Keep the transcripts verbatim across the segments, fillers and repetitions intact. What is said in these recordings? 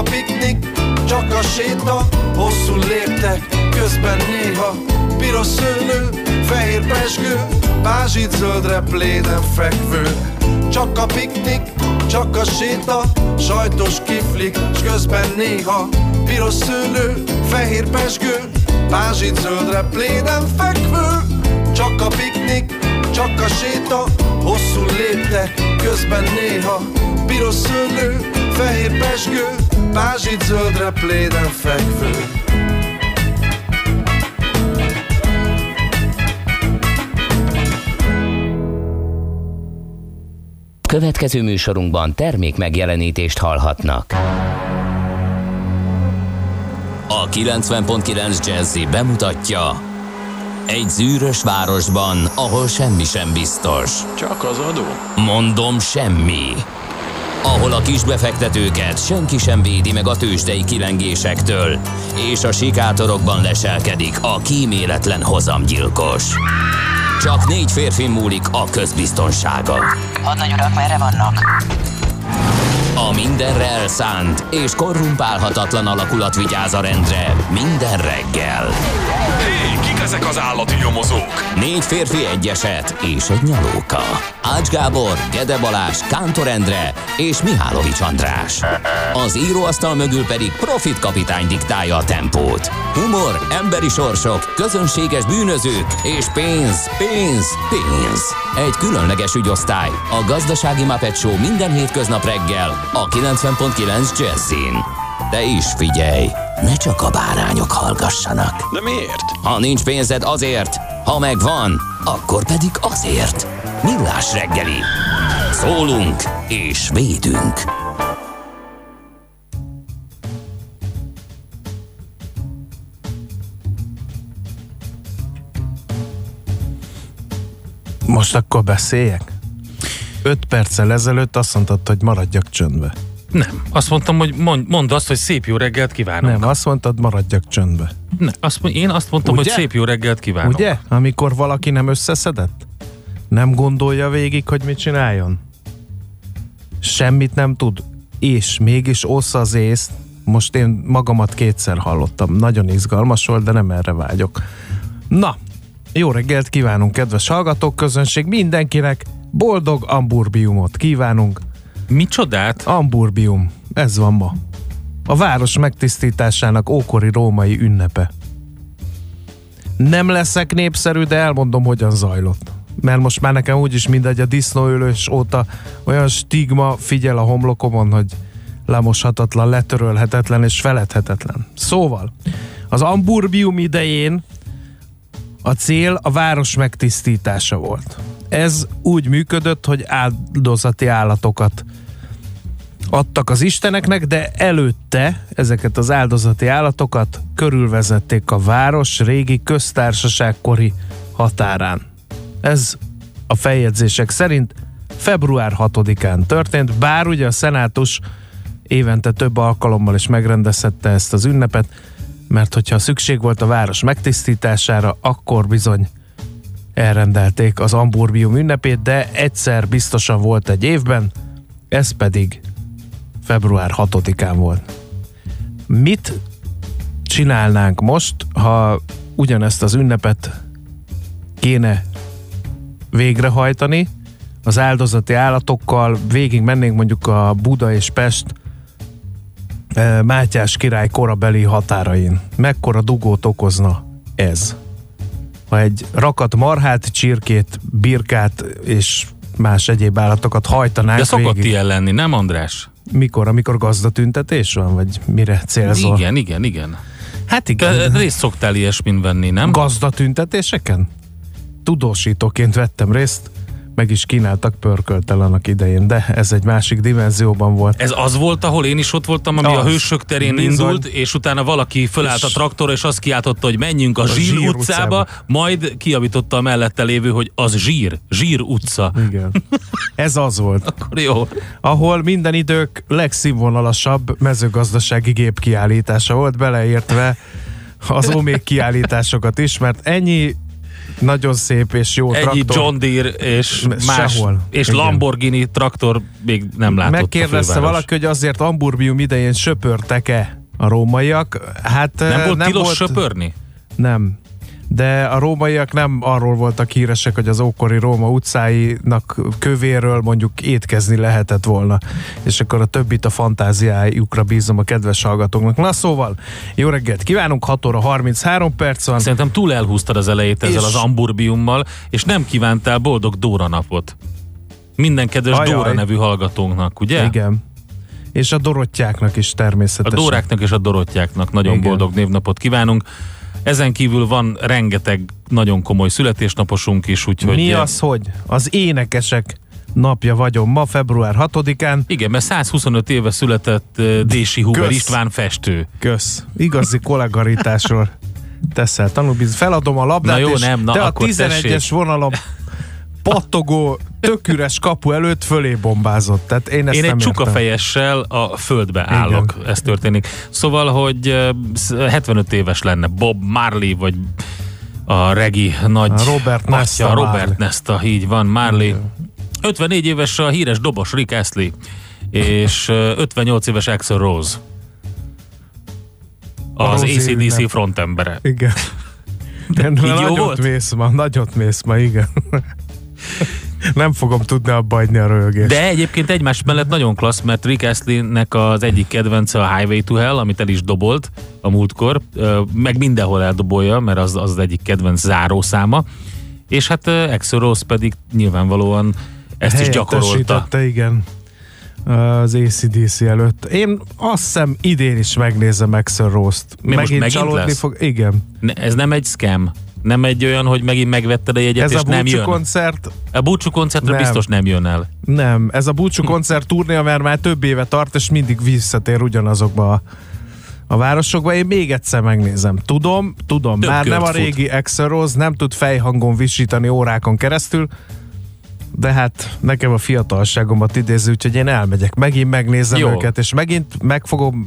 piknik, csak a séta, hosszú léptek, közben néha piros szőlő, fehér pezsgő, pázsit zöldre pléden fekvő. Csak a piknik, csak a séta, sajtos kiflik, s közben néha piros szőlő, fehér pezsgő, pázsit zöldre pléden fekvő. Csak a piknik, csak a séta, hosszú léptek, közben néha piros szőlő, fehér pezsgő, pázsit zöldre pléden fekvő. Következő műsorunkban termék megjelenítést hallhatnak. A kilencven pont kilenc Jazzy bemutatja: egy zűrös városban, ahol semmi sem biztos. Csak az adó? Mondom, semmi. Ahol a kisbefektetőket senki sem védi meg a tőzsdei kilengésektől, és a sikátorokban leselkedik a kíméletlen hozamgyilkos. Csak négy férfi múlik a közbiztonsága. Hadnagy urak, merre vannak? A mindenre elszánt és korrumpálhatatlan alakulat vigyáz a rendre minden reggel. Hé, kik ezek az állati nyomozók? Négy férfi, egy eset és egy nyalóka. Ács Gábor, Gede Balázs, Kántor Endre és Mihálovics András. Az íróasztal mögül pedig Profit kapitány diktálja a tempót. Humor, emberi sorsok, közönséges bűnözők és pénz, pénz, pénz. Egy különleges ügyosztály, a Gazdasági Muppet Show minden hétköznap reggel a kilencven pont kilenc Jazzin. De is figyelj, ne csak a bárányok hallgassanak. De miért? Ha nincs pénzed, azért, ha megvan, akkor pedig azért. Millás reggeli. Szólunk és védünk. Most akkor beszéljek? Öt perccel ezelőtt azt mondtad, hogy maradjak csöndbe. Nem. Azt mondtam, hogy mond, mondd azt, hogy szép jó reggelt kívánok. Nem, azt mondtad, maradjak csöndbe. Ne, azt, én azt mondtam, Ugye? hogy szép jó reggelt kívánok. Ugye? Amikor valaki nem összeszedett? Nem gondolja végig, hogy mit csináljon? Semmit nem tud, és mégis ossza az észt. Most én magamat kétszer hallottam. Nagyon izgalmas volt, de nem erre vágyok. Na, jó reggelt kívánunk, kedves hallgatók, közönség, mindenkinek boldog amburbiumot kívánunk. Micsodát? Amburbium, ez van ma. A város megtisztításának ókori római ünnepe. Nem leszek népszerű, de elmondom, hogyan zajlott. Mert most már nekem úgyis mindegy, a disznóülés óta olyan stigma figyel a homlokomon, hogy lemoshatatlan, letörölhetetlen és feledhetetlen. Szóval, az amburbium idején a cél a város megtisztítása volt. Ez úgy működött, hogy áldozati állatokat adtak az isteneknek, de előtte ezeket az áldozati állatokat körülvezették a város régi köztársaságkori határán. Ez a feljegyzések szerint február hatodikán történt, bár ugye a szenátus évente több alkalommal is megrendezhette ezt az ünnepet, mert hogyha szükség volt a város megtisztítására, akkor bizony elrendelték az amburbium ünnepét, de egyszer biztosan volt egy évben, ez pedig február hatodikán volt. Mit csinálnánk most, ha ugyanezt az ünnepet kéne végrehajtani, az áldozati állatokkal végig mennénk mondjuk a Buda és Pest Mátyás király korabeli határain. Mekkora dugót okozna ez? Ha egy rakat marhát, csirkét, birkát és más egyéb állatokat hajtanánk de szokott végig. ilyen lenni, nem András? Mikor? Amikor gazdatüntetés van? Vagy mire célzol? Igen, igen, igen. Hát igen. Te részt szoktál ilyesmin venni, nem? Gazdatüntetéseken? Tudósítóként vettem részt, meg is kínáltak pörköltel annak idején, de ez egy másik dimenzióban volt. Ez az volt, ahol én is ott voltam, ami az, a Hősök terén bizony. Indult, és utána valaki fölállt a traktorra, és azt kiáltotta, hogy menjünk a, a Zsír, Zsír utcába, utcába, majd kijavította a mellette lévő, hogy az Zsír, Zsír utca. Igen. Ez az volt. Akkor jó. Ahol minden idők legszínvonalasabb mezőgazdasági gépkiállítása volt, beleértve az Omék kiállításokat is, mert ennyi nagyon szép és jó Egy traktor. John Deere és más, Sehol. és Igen. Lamborghini traktor még nem látott Megkérdezte a főváros. valaki, hogy azért Amburbium idején söpörtek-e a rómaiak. Hát Nem volt nem tilos volt, söpörni? Nem. De a rómaiak nem arról voltak híresek, hogy az ókori Róma utcáinak kövéről mondjuk étkezni lehetett volna. És akkor a többit a fantáziájukra bízom a kedves hallgatóknak. Na szóval, jó reggelt kívánunk, hat óra harminchárom perc van. Szerintem túl elhúztad az elejét ezzel És- az Amburbiummal, és nem kívántál boldog Dóra napot. Minden kedves Ajaj. Dóra nevű hallgatónknak, ugye? Igen. És a Dorottyáknak is A természetesen. Dóráknak és a Dorottyáknak nagyon Igen. boldog névnapot kívánunk. Ezen kívül van rengeteg nagyon komoly születésnaposunk is, úgyhogy... Mi az, hogy? Az énekesek napja vagyon ma, február hatodikán. Igen, mert százhuszonöt éve született uh, Dési Huber Kösz. István festő. Kösz. Igazi kollegaritásról teszel tanúbíz. Feladom a labdát, Na jó, és nem, na te a akkor tizenegyes tessék. vonalon pattogó, tök üres kapu előtt fölé bombázott. Tehát én ezt Én nem egy értem. csukafejessel a földbe Igen. állok, ez történik. Szóval, hogy uh, hetvenöt éves lenne Bob Marley, vagy a regi nagy A Robert Nesta atya, Robert Marley. Nesta, így van, Marley. ötvennégy éves a híres dobos Rick Astley, és uh, ötvennyolc éves Axl Rose. A Az Rose á cé dé cé ünnep. frontembere. Igen. De Így jó nagyot volt? mész ma, nagyot mész ma, igen. Nem fogom tudni abba hagyni a röhögést. De egyébként egymás mellett nagyon klassz, mert Rick Astley-nek az egyik kedvence a Highway to Hell, amit el is dobolt a múltkor, ö, meg mindenhol eldobolja, mert az az egyik kedvenc zárószáma, és hát Axl Rose pedig nyilvánvalóan ezt is gyakorolta. Helyettesítette, igen, az á cé dé cé előtt. Én azt hiszem idén is megnézem Axl Rose-t. Mi most megint csalódni lesz? fog. Igen. Ne, ez nem egy scam. Nem egy olyan, hogy megint megvetted a jegyet, Ez és a nem búcsú jön. koncert, A búcsú koncertre Nem. biztos nem jön el. nem, ez a búcsú koncert turné, mert már több éve tart, és mindig visszatér ugyanazokba a, a városokba. Én még egyszer megnézem. Tudom, tudom, Több már nem kört a fut. régi Axl Rose, nem tud fejhangon visítani órákon keresztül, de hát nekem a fiatalságomat idéző, úgyhogy én elmegyek. Megint megnézem Jó. őket, és megint meg fogom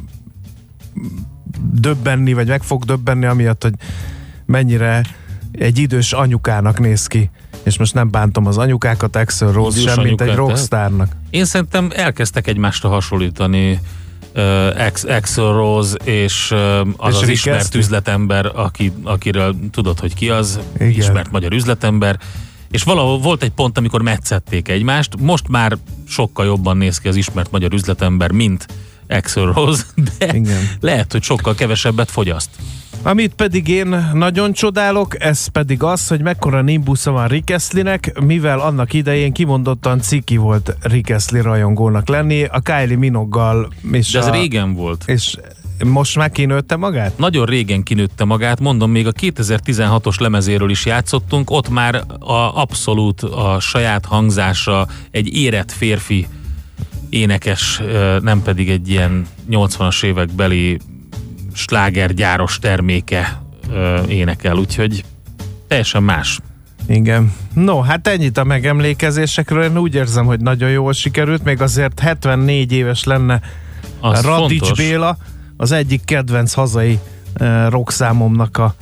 döbbenni, vagy meg fog döbbenni amiatt, hogy mennyire egy idős anyukának néz ki. És most nem bántom az anyukákat, Axl Rose Idős sem, mint egy anyukát, rockstárnak. Én szerintem elkezdtek egymásra hasonlítani uh, Axl Rose és uh, az És az Rick ismert Astley. üzletember, aki, akiről tudod, hogy ki az, Igen. ismert magyar üzletember, és valahol volt egy pont, amikor metszették egymást, most már sokkal jobban néz ki az ismert magyar üzletember, mint Axl Rose, de Igen. lehet, hogy sokkal kevesebbet fogyaszt. Amit pedig én nagyon csodálok, ez pedig az, hogy mekkora nimbusza van Rick Astleynek, mivel annak idején kimondottan ciki volt Rick Astley rajongónak lenni, a Kylie Minogue-gal és, De ez a, régen volt. és most már kinőtte magát? Nagyon régen kinőtte magát, mondom, még a kétezer-tizenhatos lemezéről is játszottunk, ott már a abszolút a saját hangzása, egy érett férfi énekes, nem pedig egy ilyen nyolcvanas évek beli slágergyáros terméke énekel, úgyhogy teljesen más. Igen. No, hát ennyit a megemlékezésekről. Én úgy érzem, hogy nagyon jól sikerült, még azért hetvennégy éves lenne Az Radics fontos. Béla, az egyik kedvenc hazai uh, rockszámomnak a,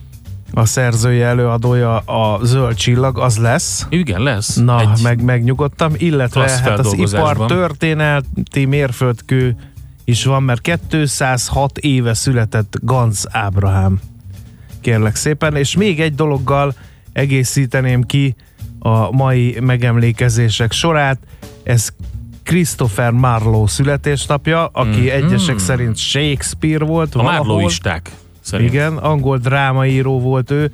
a szerzője, előadója, a Zöld Csillag, az lesz. Igen, lesz. Na, Egy meg, megnyugottam, illetve klassz hát az feldolgozásban. ipar történeti mérföldkő is van, mert kétszázhat éve született Ganz Ábrahám. Kérlek szépen, és még egy dologgal egészíteném ki a mai megemlékezések sorát, ez Christopher Marlowe születésnapja, aki Mhm. egyesek szerint Shakespeare volt. a valahol. Marlowisták szerint. Igen, angol drámaíró volt ő,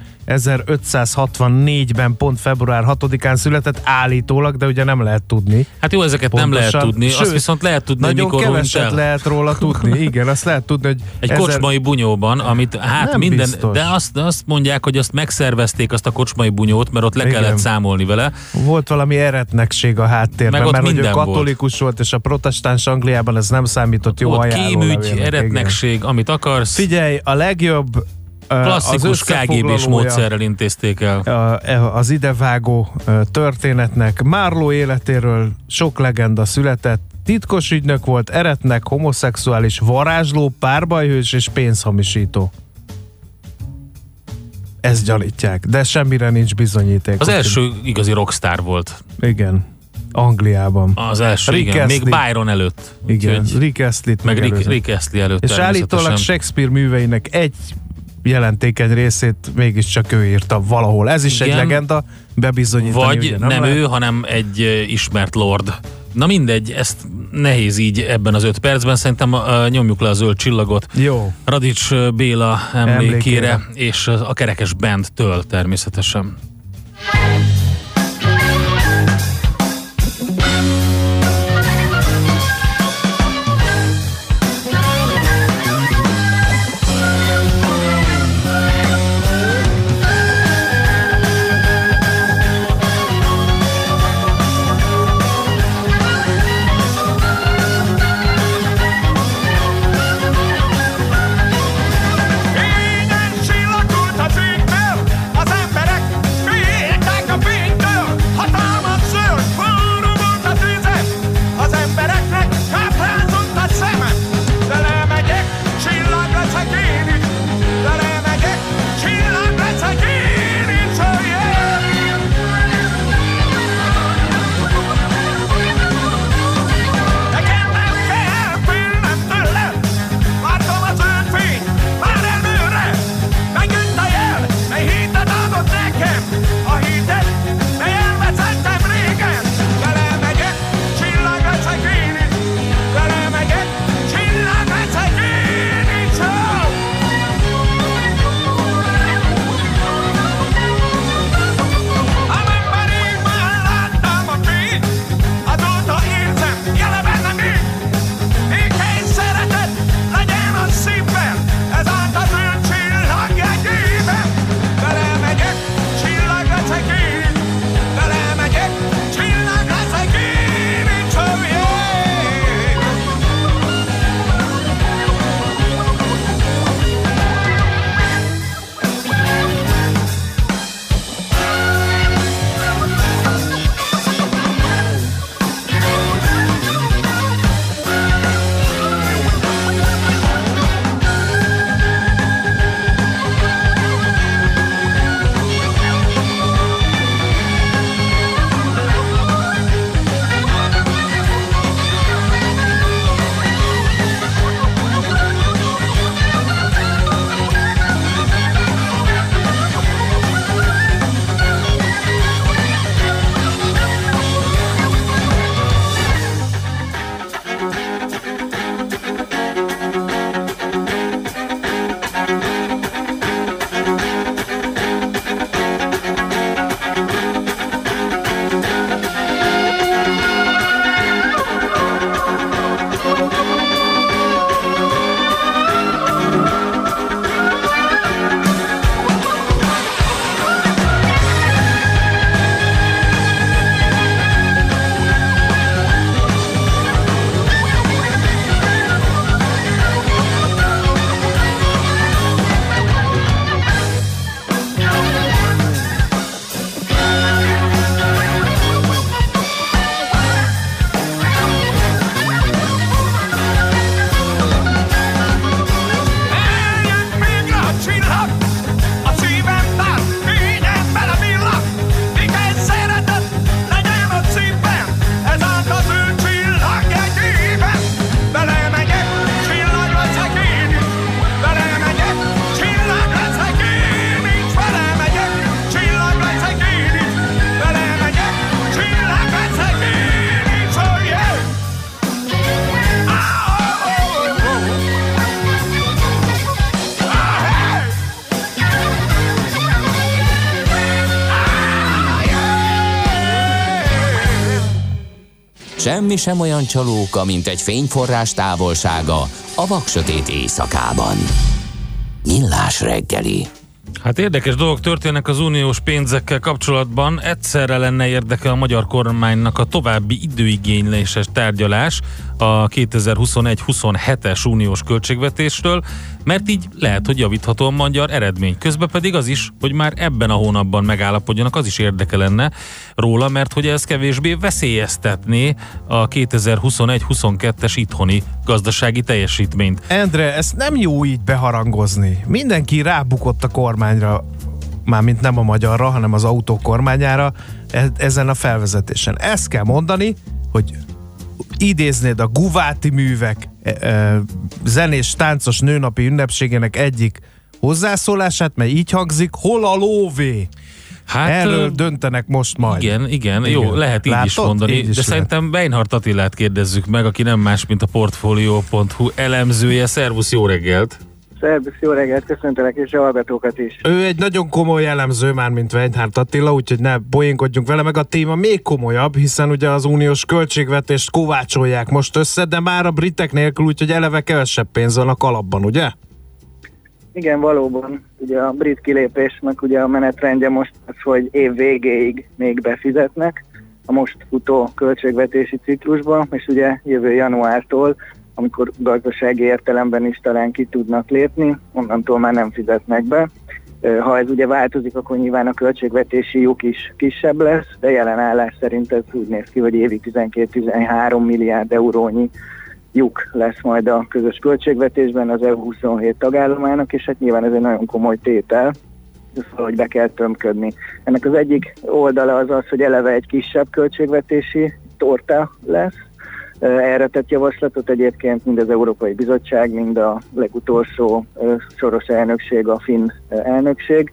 ezerötszázhatvannégyben pont február hatodikán született állítólag, de ugye nem lehet tudni. Hát jó, ezeket Pontosan. nem lehet tudni, Sőt, azt viszont lehet tudni, hogy Nagyon mikor hunyt keveset el. lehet róla tudni, igen, azt lehet tudni, hogy Egy ezer- kocsmai bunyóban, amit hát Nem minden, biztos. de azt, de azt mondják, hogy azt megszervezték, azt a kocsmai bunyót, mert ott le Igen. kellett számolni vele. volt valami eretnekség a háttérben, Meg ott mert hogy ő minden volt. katolikus volt, és a protestáns Angliában ez nem számított jó Ott ajánlólevélnek. kémügy, Igen. eretnekség, amit akarsz. Figyelj, a legjobb ö, Klasszikus az ká gé bés összefoglalója módszerrel intézték el. a- az idevágó ö, történetnek. Marlowe életéről sok legenda született. Titkos ügynök volt, eretnek, homoszexuális, varázsló, párbajhős és pénzhamisító. ezt gyanítják, de semmire nincs bizonyíték. Az első igazi rockstar volt. Igen, Angliában. Az első, Rick igen, Astley. még Byron előtt. Igen, Úgyhogy, Rick Astley-t meg Rick, megelőzött. Rick Astley előtt. És állítólag Shakespeare műveinek egy jelentékeny részét mégiscsak ő írta valahol. Ez is igen. egy legenda, bebizonyítani. Vagy ugye, nem, nem ő, lehet? hanem egy uh, ismert lord. Na mindegy, ezt nehéz így ebben az öt percben. Szerintem uh, nyomjuk le a zöld csillagot. Jó. Radics Béla emlékére, Emlékére. és a Kerekes Bandtől természetesen. Az emberek féltek a fénytől, hatalmat zöld, fölrugult a tűzet. Az embereknek káprázott a szeme. De lemegyek, csillag leszek én is. De lemegyek, csillag leszek én is. Oh yeah! Nekem nem kell félnem tőle. Látom a zöld fény, már előre. Megjött a jel, mely hitet adott nekem. A hitet, mely elveszettem régen. Vele megyek, csillag leszek én is. Vele megyek, csillag leszek én is. Oh! Amennyiben én már láttam a fényt, azóta érzem, jele bennem én. Békés szeretet legyen a szívben, ez át a zöld csillag jegyében. Vele megyek, csillag leszek én, vele megyek, csillag leszek én, és oh yeah! Eljön végre a csillag, a szívem tár, fényen belevillag. Békés szeretet legyen a szívben, ez át a zöld csillag jegyében. Vele megyek, csillag leszek én is. Vele megyek, csillag leszek én is. Vele megyek, csillag leszek én is. Vele megyek, csillag leszek én is. Oh yeah! Ah, oh, oh, oh, oh. Semmi sem olyan csalóka, mint egy fényforrás távolsága a vaksötét éjszakában. Millás reggeli. Hát érdekes dolgok történnek az uniós pénzekkel kapcsolatban. Egyszerre lenne érdeke a magyar kormánynak a további időigényléses tárgyalás a kétezer-huszonegy huszonhetes uniós költségvetésről, mert így lehet, hogy javítható a magyar eredmény. Közben pedig az is, hogy már ebben a hónapban megállapodjanak, az is érdeke lenne róla, mert hogy ez kevésbé veszélyeztetné a kétezer-huszonegy huszonkettes itthoni gazdasági teljesítményt. Endre, ezt nem jó így beharangozni. Mindenki rábukott a kormányra mármint nem a magyarra, hanem az autó kormányára e- ezen a felvezetésen. Ezt kell mondani, hogy idéznéd a Guváti művek e- e- zenés táncos nőnapi ünnepségének egyik hozzászólását, mert így hangzik, hol a lóvé? Hát, erről döntenek most majd. Igen, igen, igen. Jó, lehet így Látod? is mondani, így is de lehet. Szerintem Beinhardt Attilát kérdezzük meg, aki nem más, mint a Portfolio pont hu elemzője. Szervusz, jó reggelt! Szervusz, jó reggelt, köszöntelek, és a hallgatókat is. Ő egy nagyon komoly elemző már, mint Beinhardt Attila, úgyhogy ne poénkodjunk vele, meg a téma még komolyabb, hiszen ugye az uniós költségvetést kovácsolják most össze, de már a britek nélkül, úgyhogy eleve kevesebb pénz van a kalapban, ugye? Igen, valóban. Ugye a brit kilépésnek ugye a menetrendje most az, hogy év végéig még befizetnek a most futó költségvetési ciklusba, és ugye jövő januártól, amikor gazdasági értelemben is talán ki tudnak lépni, onnantól már nem fizetnek be. Ha ez ugye változik, akkor nyilván a költségvetési lyuk is kisebb lesz, de jelen állás szerint ez úgy néz ki, hogy évi tizenkét-tizenhárom milliárd eurónyi lyuk lesz majd a közös költségvetésben az é u huszonhét tagállamának, és hát nyilván ez egy nagyon komoly tétel, hogy be kell tömködni. Ennek az egyik oldala az az, hogy eleve egy kisebb költségvetési torta lesz. Erre tett javaslatot egyébként mind az Európai Bizottság, mind a legutolsó soros elnökség, a finn elnökség,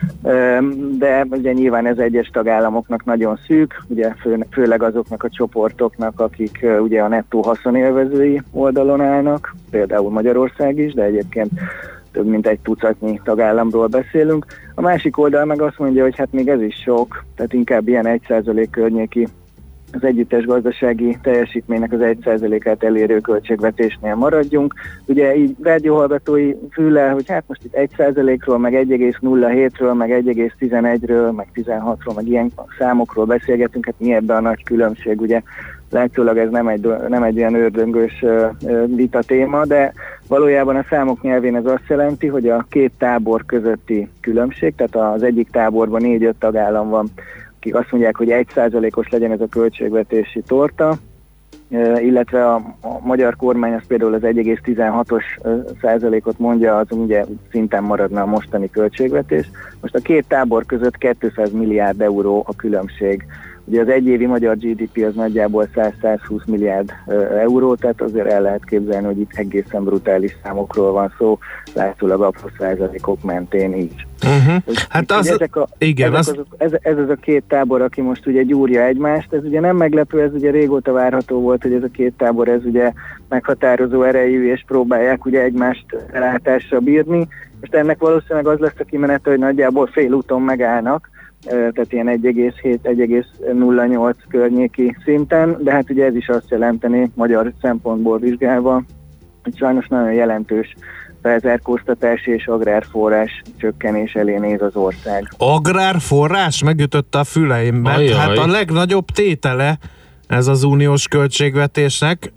de ugye nyilván ez egyes tagállamoknak nagyon szűk, ugye fő, főleg azoknak a csoportoknak, akik ugye a nettó haszonélvezői oldalon állnak, például Magyarország is, de egyébként több mint egy tucatnyi tagállamról beszélünk. A másik oldal meg azt mondja, hogy hát még ez is sok, tehát inkább ilyen egy százalék környéki az együttes gazdasági teljesítménynek az egy százalékát elérő költségvetésnél maradjunk. Ugye így rádióhallgatói füllel, hogy hát most itt egy százalékról, meg egy egész nulla hétről, meg egy egész tizenegyről, meg tizenhatról, meg ilyen számokról beszélgetünk, hát mi ebben a nagy különbség, ugye látszólag ez nem egy, nem egy ilyen ördöngős vita téma, de valójában a számok nyelvén ez azt jelenti, hogy a két tábor közötti különbség, tehát az egyik táborban négy-öt tagállam van, akik azt mondják, hogy egy százalékos legyen ez a költségvetési torta, illetve a, a magyar kormány az például az egy egész tizenhatos százalékot mondja, az ugye szinten maradna a mostani költségvetés. Most a két tábor között kétszáz milliárd euró a különbség. Ugye az egyévi magyar gé dé pé az nagyjából száz-százhúsz milliárd euró, tehát azért el lehet képzelni, hogy itt egészen brutális számokról van szó, látszólag apró százalékok mentén is. Uh-huh. Hát az, ezek a, igen, ezek az... Azok, ez, ez az a két tábor, aki most ugye gyúrja egymást, ez ugye nem meglepő, ez ugye régóta várható volt, hogy ez a két tábor, ez ugye meghatározó erejű, és próbálják ugye egymást elátásra bírni. Most ennek valószínűleg az lesz a kimenete, hogy nagyjából fél úton megállnak, tehát ilyen egy egész hét - egy egész nulla nyolc környéki szinten, de hát ugye ez is azt jelenteni, magyar szempontból vizsgálva, hogy sajnos nagyon jelentős felzárkóztatási és agrárforrás csökkenés elé néz az ország. Agrárforrás? Megütötte a füleim, mert Ajaj. hát a legnagyobb tétele ez az uniós költségvetésnek.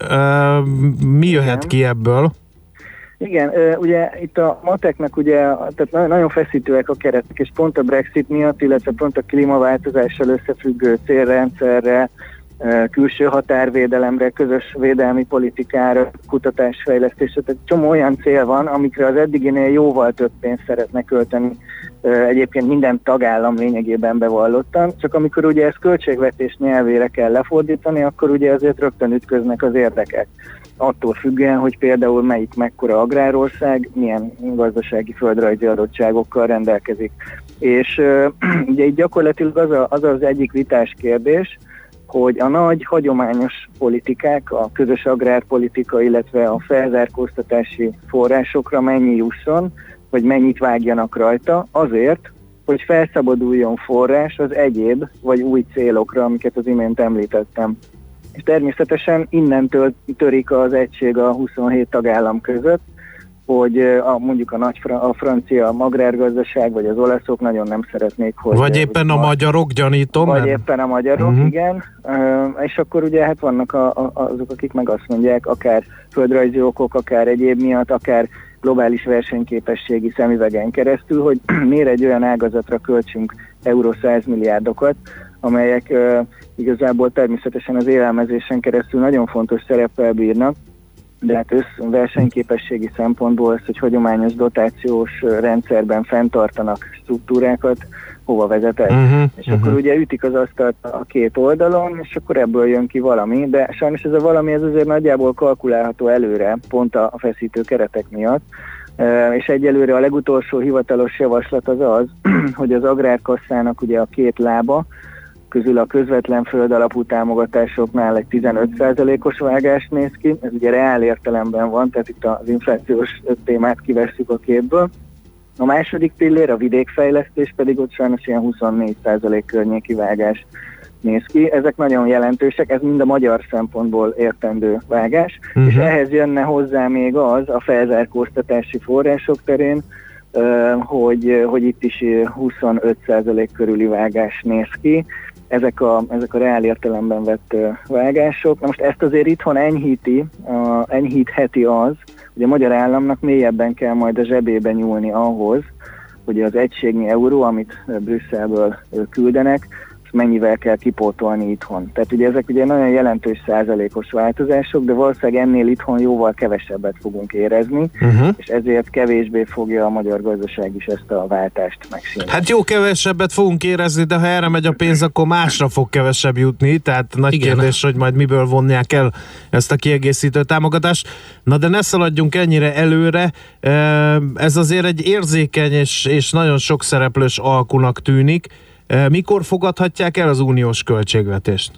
Mi jöhet Igen. ki ebből? Igen, ugye itt a mateknak ugye, tehát nagyon feszítőek a keretek, és pont a Brexit miatt, illetve pont a klímaváltozással összefüggő célrendszerre, külső határvédelemre, közös védelmi politikára, kutatásfejlesztésre, tehát csomó olyan cél van, amikre az eddiginél jóval több pénzt szeretne költeni egyébként minden tagállam lényegében bevallottan, csak amikor ugye ezt költségvetés nyelvére kell lefordítani, akkor ugye azért rögtön ütköznek az érdekek. Attól függően, hogy például melyik mekkora agrárország, milyen gazdasági földrajzi adottságokkal rendelkezik. És uh, ugye itt gyakorlatilag az, a, az az egyik vitás kérdés, hogy a nagy hagyományos politikák, a közös agrárpolitika, illetve a felzárkóztatási forrásokra mennyi jusson, vagy mennyit vágjanak rajta, azért, hogy felszabaduljon forrás az egyéb vagy új célokra, amiket az imént említettem. És természetesen innentől törik az egység a huszonhét tagállam között, hogy a, mondjuk a, nagy, a francia agrárgazdaság, vagy az olaszok nagyon nem szeretnék, hogy... Vagy éppen a magyarok, gyanítom. Vagy nem? éppen a magyarok, uh-huh. igen. Uh, és akkor ugye hát vannak a, a, azok, akik meg azt mondják, akár földrajzi okok, akár egyéb miatt, akár globális versenyképességi szemüvegen keresztül, hogy miért egy olyan ágazatra költsünk euró száz milliárdokat, amelyek uh, igazából természetesen az élelmezésen keresztül nagyon fontos szereppel bírnak, de hát össz versenyképességi szempontból az, hogy hagyományos dotációs rendszerben fenntartanak struktúrákat, hova vezet ez. Uh-huh, és uh-huh. akkor ugye ütik az asztalt a két oldalon, és akkor ebből jön ki valami, de sajnos ez a valami ez azért nagyjából kalkulálható előre, pont a feszítő keretek miatt, uh, és egyelőre a legutolsó hivatalos javaslat az az, hogy az agrárkasszának ugye a két lába közül a közvetlen föld alapú támogatásoknál egy tizenöt százalékos vágás néz ki, ez ugye reál értelemben van, tehát itt az inflációs témát kivesszük a képből. A második pillér, a vidékfejlesztés pedig ott sajnos ilyen huszonnégy százalék környéki vágás néz ki. Ezek nagyon jelentősek, ez mind a magyar szempontból értendő vágás, uh-huh. és ehhez jönne hozzá még az a felzárkóztatási források terén, hogy, hogy itt is huszonöt százalék körüli vágás néz ki. Ezek a, ezek a reál értelemben vett vágások. Na most ezt azért itthon enyhíti, a, enyhítheti az, hogy a magyar államnak mélyebben kell majd a zsebébe nyúlni ahhoz, hogy az egységnyi euró, amit Brüsszelből küldenek, mennyivel kell kipótolni itthon. Tehát ugye ezek ugye nagyon jelentős százalékos változások, de valószínűleg ennél itthon jóval kevesebbet fogunk érezni, uh-huh. és ezért kevésbé fogja a magyar gazdaság is ezt a váltást megsínálni. Hát jó, kevesebbet fogunk érezni, de ha erre megy a pénz, akkor másra fog kevesebb jutni, tehát nagy Igen. kérdés, hogy majd miből vonják el ezt a kiegészítő támogatást. Na de ne szaladjunk ennyire előre, ez azért egy érzékeny és, és nagyon sok szereplős alkunak tűnik. Mikor fogadhatják el az uniós költségvetést?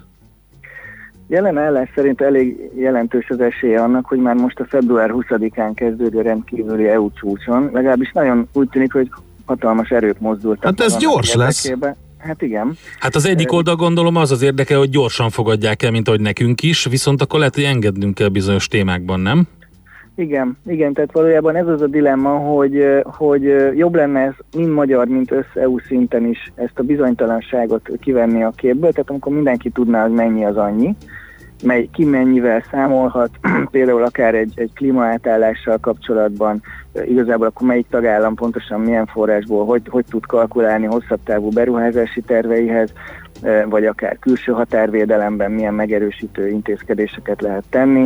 Jelen állás szerint elég jelentős az esélye annak, hogy már most a február huszadikán kezdődő rendkívüli é u csúcson, legalábbis nagyon úgy tűnik, hogy hatalmas erők mozdultak. Hát ez gyors lesz. Hát igen. Hát az egyik oldal gondolom az az érdeke, hogy gyorsan fogadják el, mint ahogy nekünk is, viszont akkor lehet, hogy engednünk kell bizonyos témákban, nem? Igen, igen, tehát valójában ez az a dilemma, hogy, hogy jobb lenne ez mind magyar, mint össze-é u szinten is ezt a bizonytalanságot kivenni a képből, tehát amikor mindenki tudná, hogy mennyi az annyi, mely, ki mennyivel számolhat, például akár egy, egy klímaátállással kapcsolatban, igazából akkor melyik tagállam pontosan milyen forrásból, hogy, hogy tud kalkulálni hosszabb távú beruházási terveihez, vagy akár külső határvédelemben milyen megerősítő intézkedéseket lehet tenni.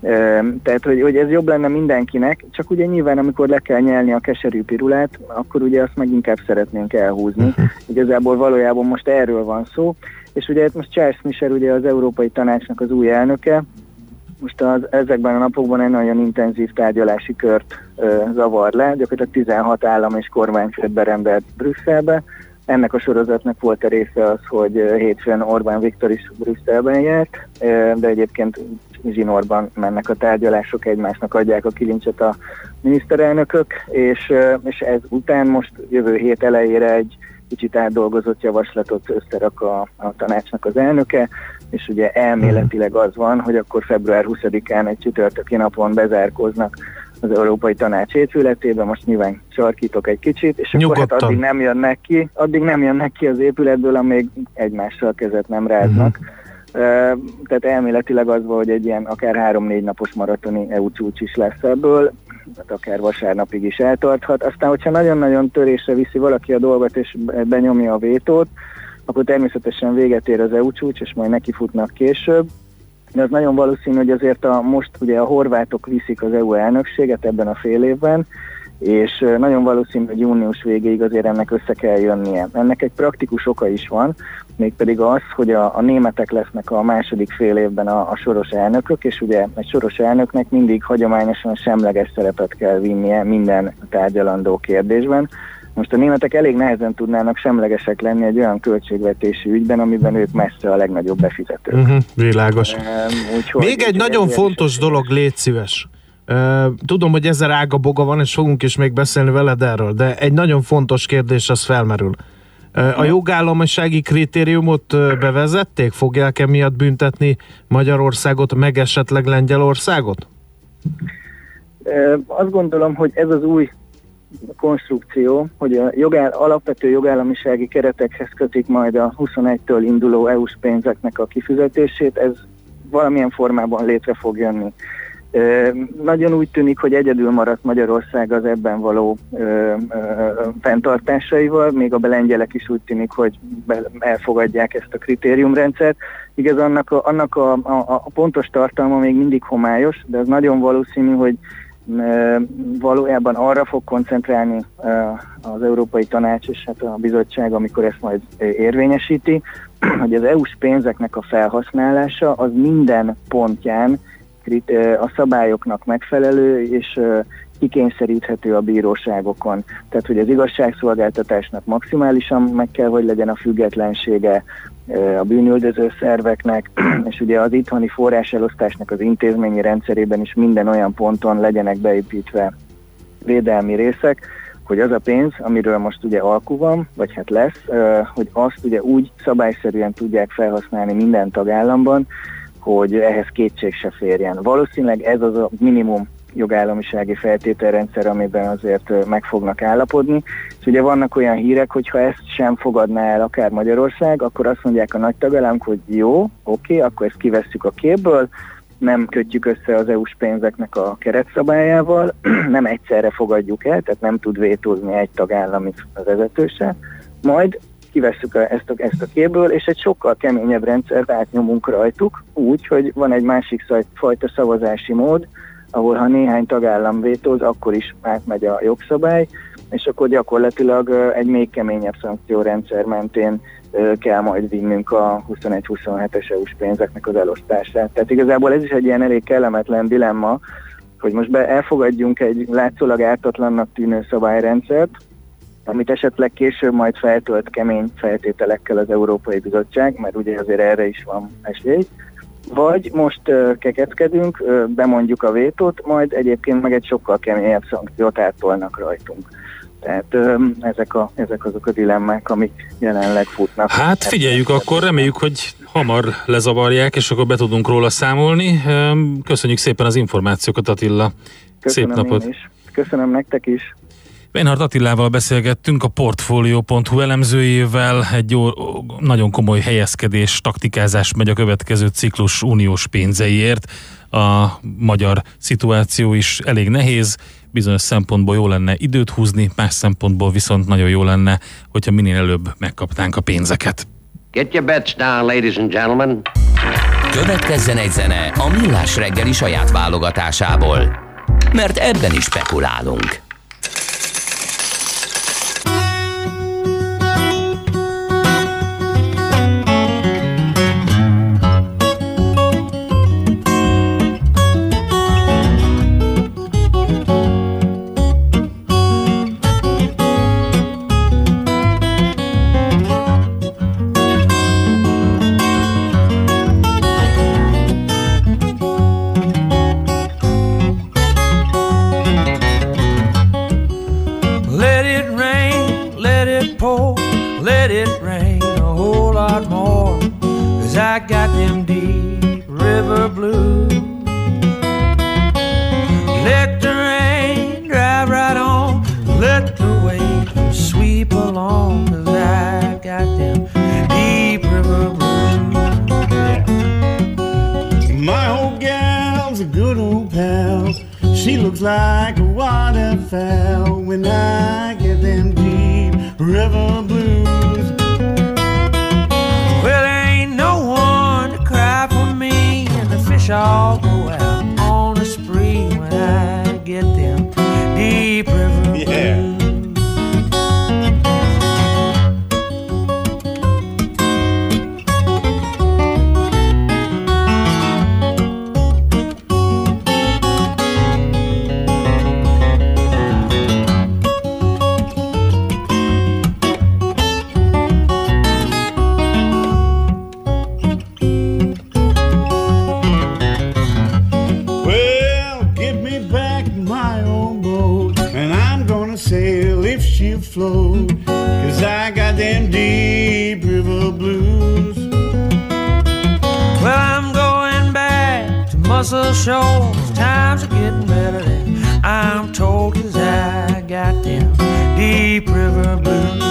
Tehát, hogy, hogy ez jobb lenne mindenkinek, csak ugye nyilván, amikor le kell nyelni a keserű pirulát, akkor ugye azt meg inkább szeretnénk elhúzni. Uh-huh. Igazából valójában most erről van szó, és ugye most Charles Michel, ugye az Európai Tanácsnak az új elnöke, most az, ezekben a napokban egy nagyon intenzív tárgyalási kört ö, zavar le, gyakorlatilag tizenhat állam és kormányfőt berendelt Brüsszelbe. Ennek a sorozatnak volt a része az, hogy hétfőn Orbán Viktor is Brüsszelben járt, de egyébként zsinórban mennek a tárgyalások, egymásnak adják a kilincset a miniszterelnökök, és, és ez után most jövő hét elejére egy kicsit átdolgozott javaslatot összerak a, a tanácsnak az elnöke, és ugye elméletileg az van, hogy akkor február huszadikán egy csütörtöki napon bezárkóznak az Európai Tanács épületében, most nyilván sarkítok egy kicsit, és Nyugodtan. akkor hát addig nem jönnek ki, addig nem jönnek ki az épületből, amíg egymással kezet nem ráznak. Uh-huh. Uh, tehát elméletileg az van, hogy egy ilyen akár három-négy napos maratoni é u csúcs is lesz ebből, tehát akár vasárnapig is eltarthat. Aztán, hogyha nagyon-nagyon törésre viszi valaki a dolgot, és benyomja a vétót, akkor természetesen véget ér az é u csúcs, és majd nekifutnak később. De az nagyon valószínű, hogy azért a, most ugye a horvátok viszik az é u elnökséget ebben a fél évben, és nagyon valószínű, hogy június végéig azért ennek össze kell jönnie. Ennek egy praktikus oka is van, mégpedig az, hogy a, a németek lesznek a második fél évben a, a soros elnökök, és ugye egy soros elnöknek mindig hagyományosan semleges szerepet kell vinnie minden tárgyalandó kérdésben. Most a németek elég nehezen tudnának semlegesek lenni egy olyan költségvetési ügyben, amiben ők messze a legnagyobb befizetők. Uh-huh, világos. Um, úgyhogy, Még egy nagyon fontos dolog, légy szíves. Uh, tudom, hogy ezer ága boga van, és fogunk is még beszélni veled erről, de egy nagyon fontos kérdés az felmerül. Uh, a jogállamisági kritériumot uh, bevezették? Fogják emiatt büntetni Magyarországot, meg esetleg Lengyelországot? Uh, azt gondolom, hogy ez az új konstrukció, hogy a jogáll, alapvető jogállamisági keretekhez kötik majd a huszonegytől induló é u-s pénzeknek a kifizetését, ez valamilyen formában létre fog jönni. Nagyon úgy tűnik, hogy egyedül maradt Magyarország az ebben való ö, ö, fenntartásaival, még a lengyelek is úgy tűnik, hogy be, elfogadják ezt a kritériumrendszert. Igaz, annak, a, annak a, a, a pontos tartalma még mindig homályos, de az nagyon valószínű, hogy ö, valójában arra fog koncentrálni ö, az Európai Tanács és hát a bizottság, amikor ezt majd érvényesíti, hogy az é u-s pénzeknek a felhasználása az minden pontján a szabályoknak megfelelő és kikényszeríthető a bíróságokon. Tehát, hogy az igazságszolgáltatásnak maximálisan meg kell, hogy legyen a függetlensége, a bűnüldöző szerveknek, és ugye az itthoni forráselosztásnak az intézményi rendszerében is minden olyan ponton legyenek beépítve védelmi részek, hogy az a pénz, amiről most ugye alkú van, vagy hát lesz, hogy azt ugye úgy szabályszerűen tudják felhasználni minden tagállamban, hogy ehhez kétség se férjen. Valószínűleg ez az a minimum jogállamisági feltételrendszer, amiben azért meg fognak állapodni. És ugye vannak olyan hírek, hogy ha ezt sem fogadná el akár Magyarország, akkor azt mondják a nagy tagállamok, hogy jó, oké, akkor ezt kivesszük a képből, nem kötjük össze az é u-s pénzeknek a keretszabályával, nem egyszerre fogadjuk el, tehát nem tud vétózni egy tagállami vezetőse, majd kivesszük a, ezt, a, ezt a képből, és egy sokkal keményebb rendszert átnyomunk rajtuk, úgy, hogy van egy másik fajta szavazási mód, ahol ha néhány tagállam vétóz, akkor is átmegy a jogszabály, és akkor gyakorlatilag egy még keményebb szankciórendszer mentén kell majd vinnünk a huszonegy-huszonhetes é u-s pénzeknek az elosztását. Tehát igazából ez is egy ilyen elég kellemetlen dilemma, hogy most be elfogadjunk egy látszólag ártatlannak tűnő szabályrendszert, amit esetleg később majd feltölt kemény feltételekkel az Európai Bizottság, mert ugye azért erre is van esély, vagy most uh, kekeckedünk, uh, bemondjuk a vétót, majd egyébként meg egy sokkal keményebb szankciót átolnak rajtunk. Tehát um, ezek, a, ezek azok a dilemmák, amik jelenleg futnak. Hát figyeljük akkor, reméljük, hogy hamar lezavarják, és akkor be tudunk róla számolni. Köszönjük szépen az információkat, Attila. Köszönöm. Szép napot. Én is. Köszönöm nektek is. Beinhardt Attilával beszélgettünk, a Portfolio pont hu elemzőjével. Egy jó, nagyon komoly helyezkedés, taktikázás megy a következő ciklus uniós pénzeiért. A magyar szituáció is elég nehéz, bizonyos szempontból jó lenne időt húzni, más szempontból viszont nagyon jó lenne, hogyha minél előbb megkapnánk a pénzeket. Get your bets down, ladies and gentlemen. Következzen egy zene a Millás reggeli saját válogatásából, mert ebben is spekulálunk. Like a waterfall when I get them deep river blues. Well, there ain't no one to cry for me, and the fish all go out on a spree when I get them deep river blues. Yeah. Flow, 'cause I got them deep river blues. Well, I'm going back to Muscle Shoals. Times are getting better than I'm told, 'cause I got them deep river blues.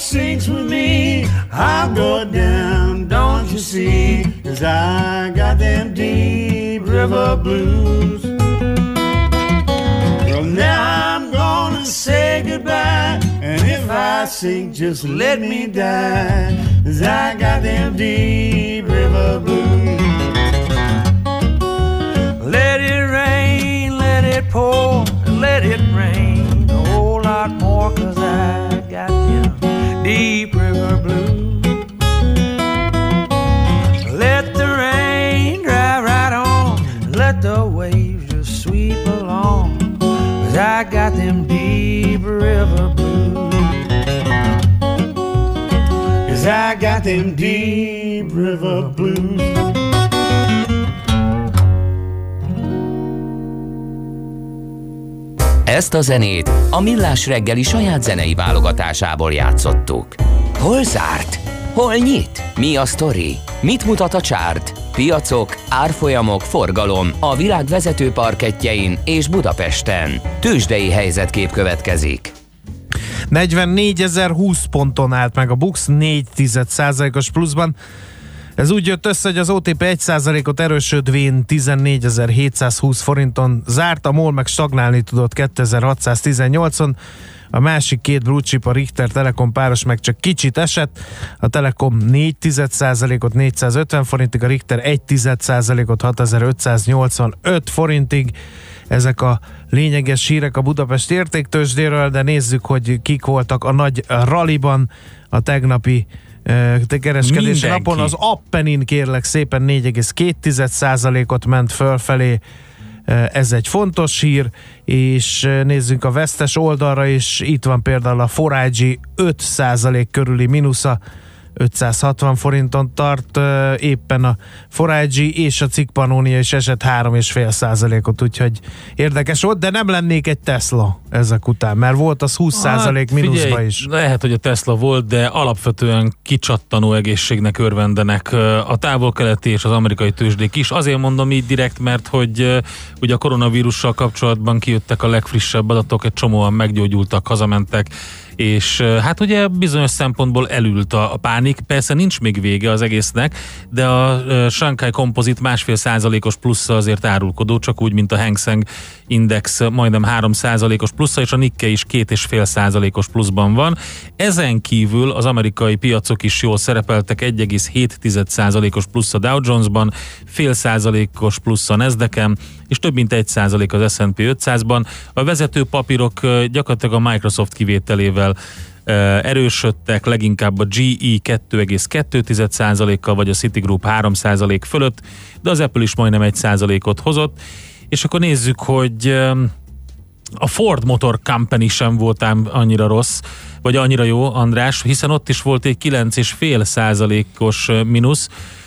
sinks with me, I'll go down, don't you see? 'Cause I got them deep river blues. Well, now I'm gonna say goodbye, and if I sink, just let me die. 'Cause I got them deep river blues. Let it rain, let it pour, let it rain a whole lot more, 'cause I got them deep river blues. Let the rain dry right on, let the waves just sweep along, 'cause I got them deep river blues. 'Cause I got them deep river blues. Ezt a zenét a Millás reggeli saját zenei válogatásából játszottuk. Hol zárt? Hol nyit? Mi a sztori? Mit mutat a csárt? Piacok, árfolyamok, forgalom a világ vezető parkettjein és Budapesten. Tőzsdei helyzetkép következik. negyvennégyezer-húsz ponton állt meg a BUX négy egész egy százalékos pluszban. Ez úgy jött össze, hogy az o té pé egy százalékot erősödvén tizennégyezer-hétszázhúsz forinton zárt, a MOL meg stagnálni tudott kétezer-hatszáztizennyolcon, a másik két blue chip, a Richter Telekom páros meg csak kicsit esett, a Telekom négy egész egy százalékot négyszázötven forintig, a Richter egy egész egy százalékot hatezer-ötszáznyolcvanöt forintig. Ezek a lényeges hírek a Budapest értéktőzsdéről, de nézzük, hogy kik voltak a nagy ralliban a tegnapi kereskedési napon. Az Appenin kérlek szépen négy egész két százalékot ment fölfelé, ez egy fontos hír, és nézzünk a vesztes oldalra is, itt van például a four I G öt százalék körüli mínusza, ötszázhatvan forinton tart éppen a four I G, és a Cikk Pannónia is esett három egész öt százalékot, úgyhogy érdekes volt, de nem lennék egy Tesla ezek után, mert volt az húsz százalék hát, mínuszba is. Lehet, hogy a Tesla volt, de alapvetően kicsattanó egészségnek örvendenek a távol-keleti és az amerikai tőzsdék is. Azért mondom így direkt, mert hogy ugye a koronavírussal kapcsolatban kijöttek a legfrissebb adatok, egy csomóan meggyógyultak, hazamentek, és hát ugye bizonyos szempontból elült a, a pánik, persze nincs még vége az egésznek, de a Shanghai Composite másfél százalékos plusza azért árulkodó, csak úgy, mint a Hang Seng Index majdnem három százalékos plusza, és a Nikkei is két egész öt százalékos pluszban van. Ezen kívül az amerikai piacok is jól szerepeltek, egy egész hét százalékos plusz a Dow Jonesban, fél százalékos plusz a Nasdaqen, és több mint egy százalék az es and pé ötszázban. A vezető papírok gyakorlatilag a Microsoft kivételével erősödtek, leginkább a gé é két egész kettő százalékkal, vagy a Citigroup három százalék fölött, de az Apple is majdnem egy százalékot hozott. És akkor nézzük, hogy a Ford Motor Company sem volt ám annyira rossz, vagy annyira jó, András, hiszen ott is volt egy kilenc egész öt százalékos mínusz.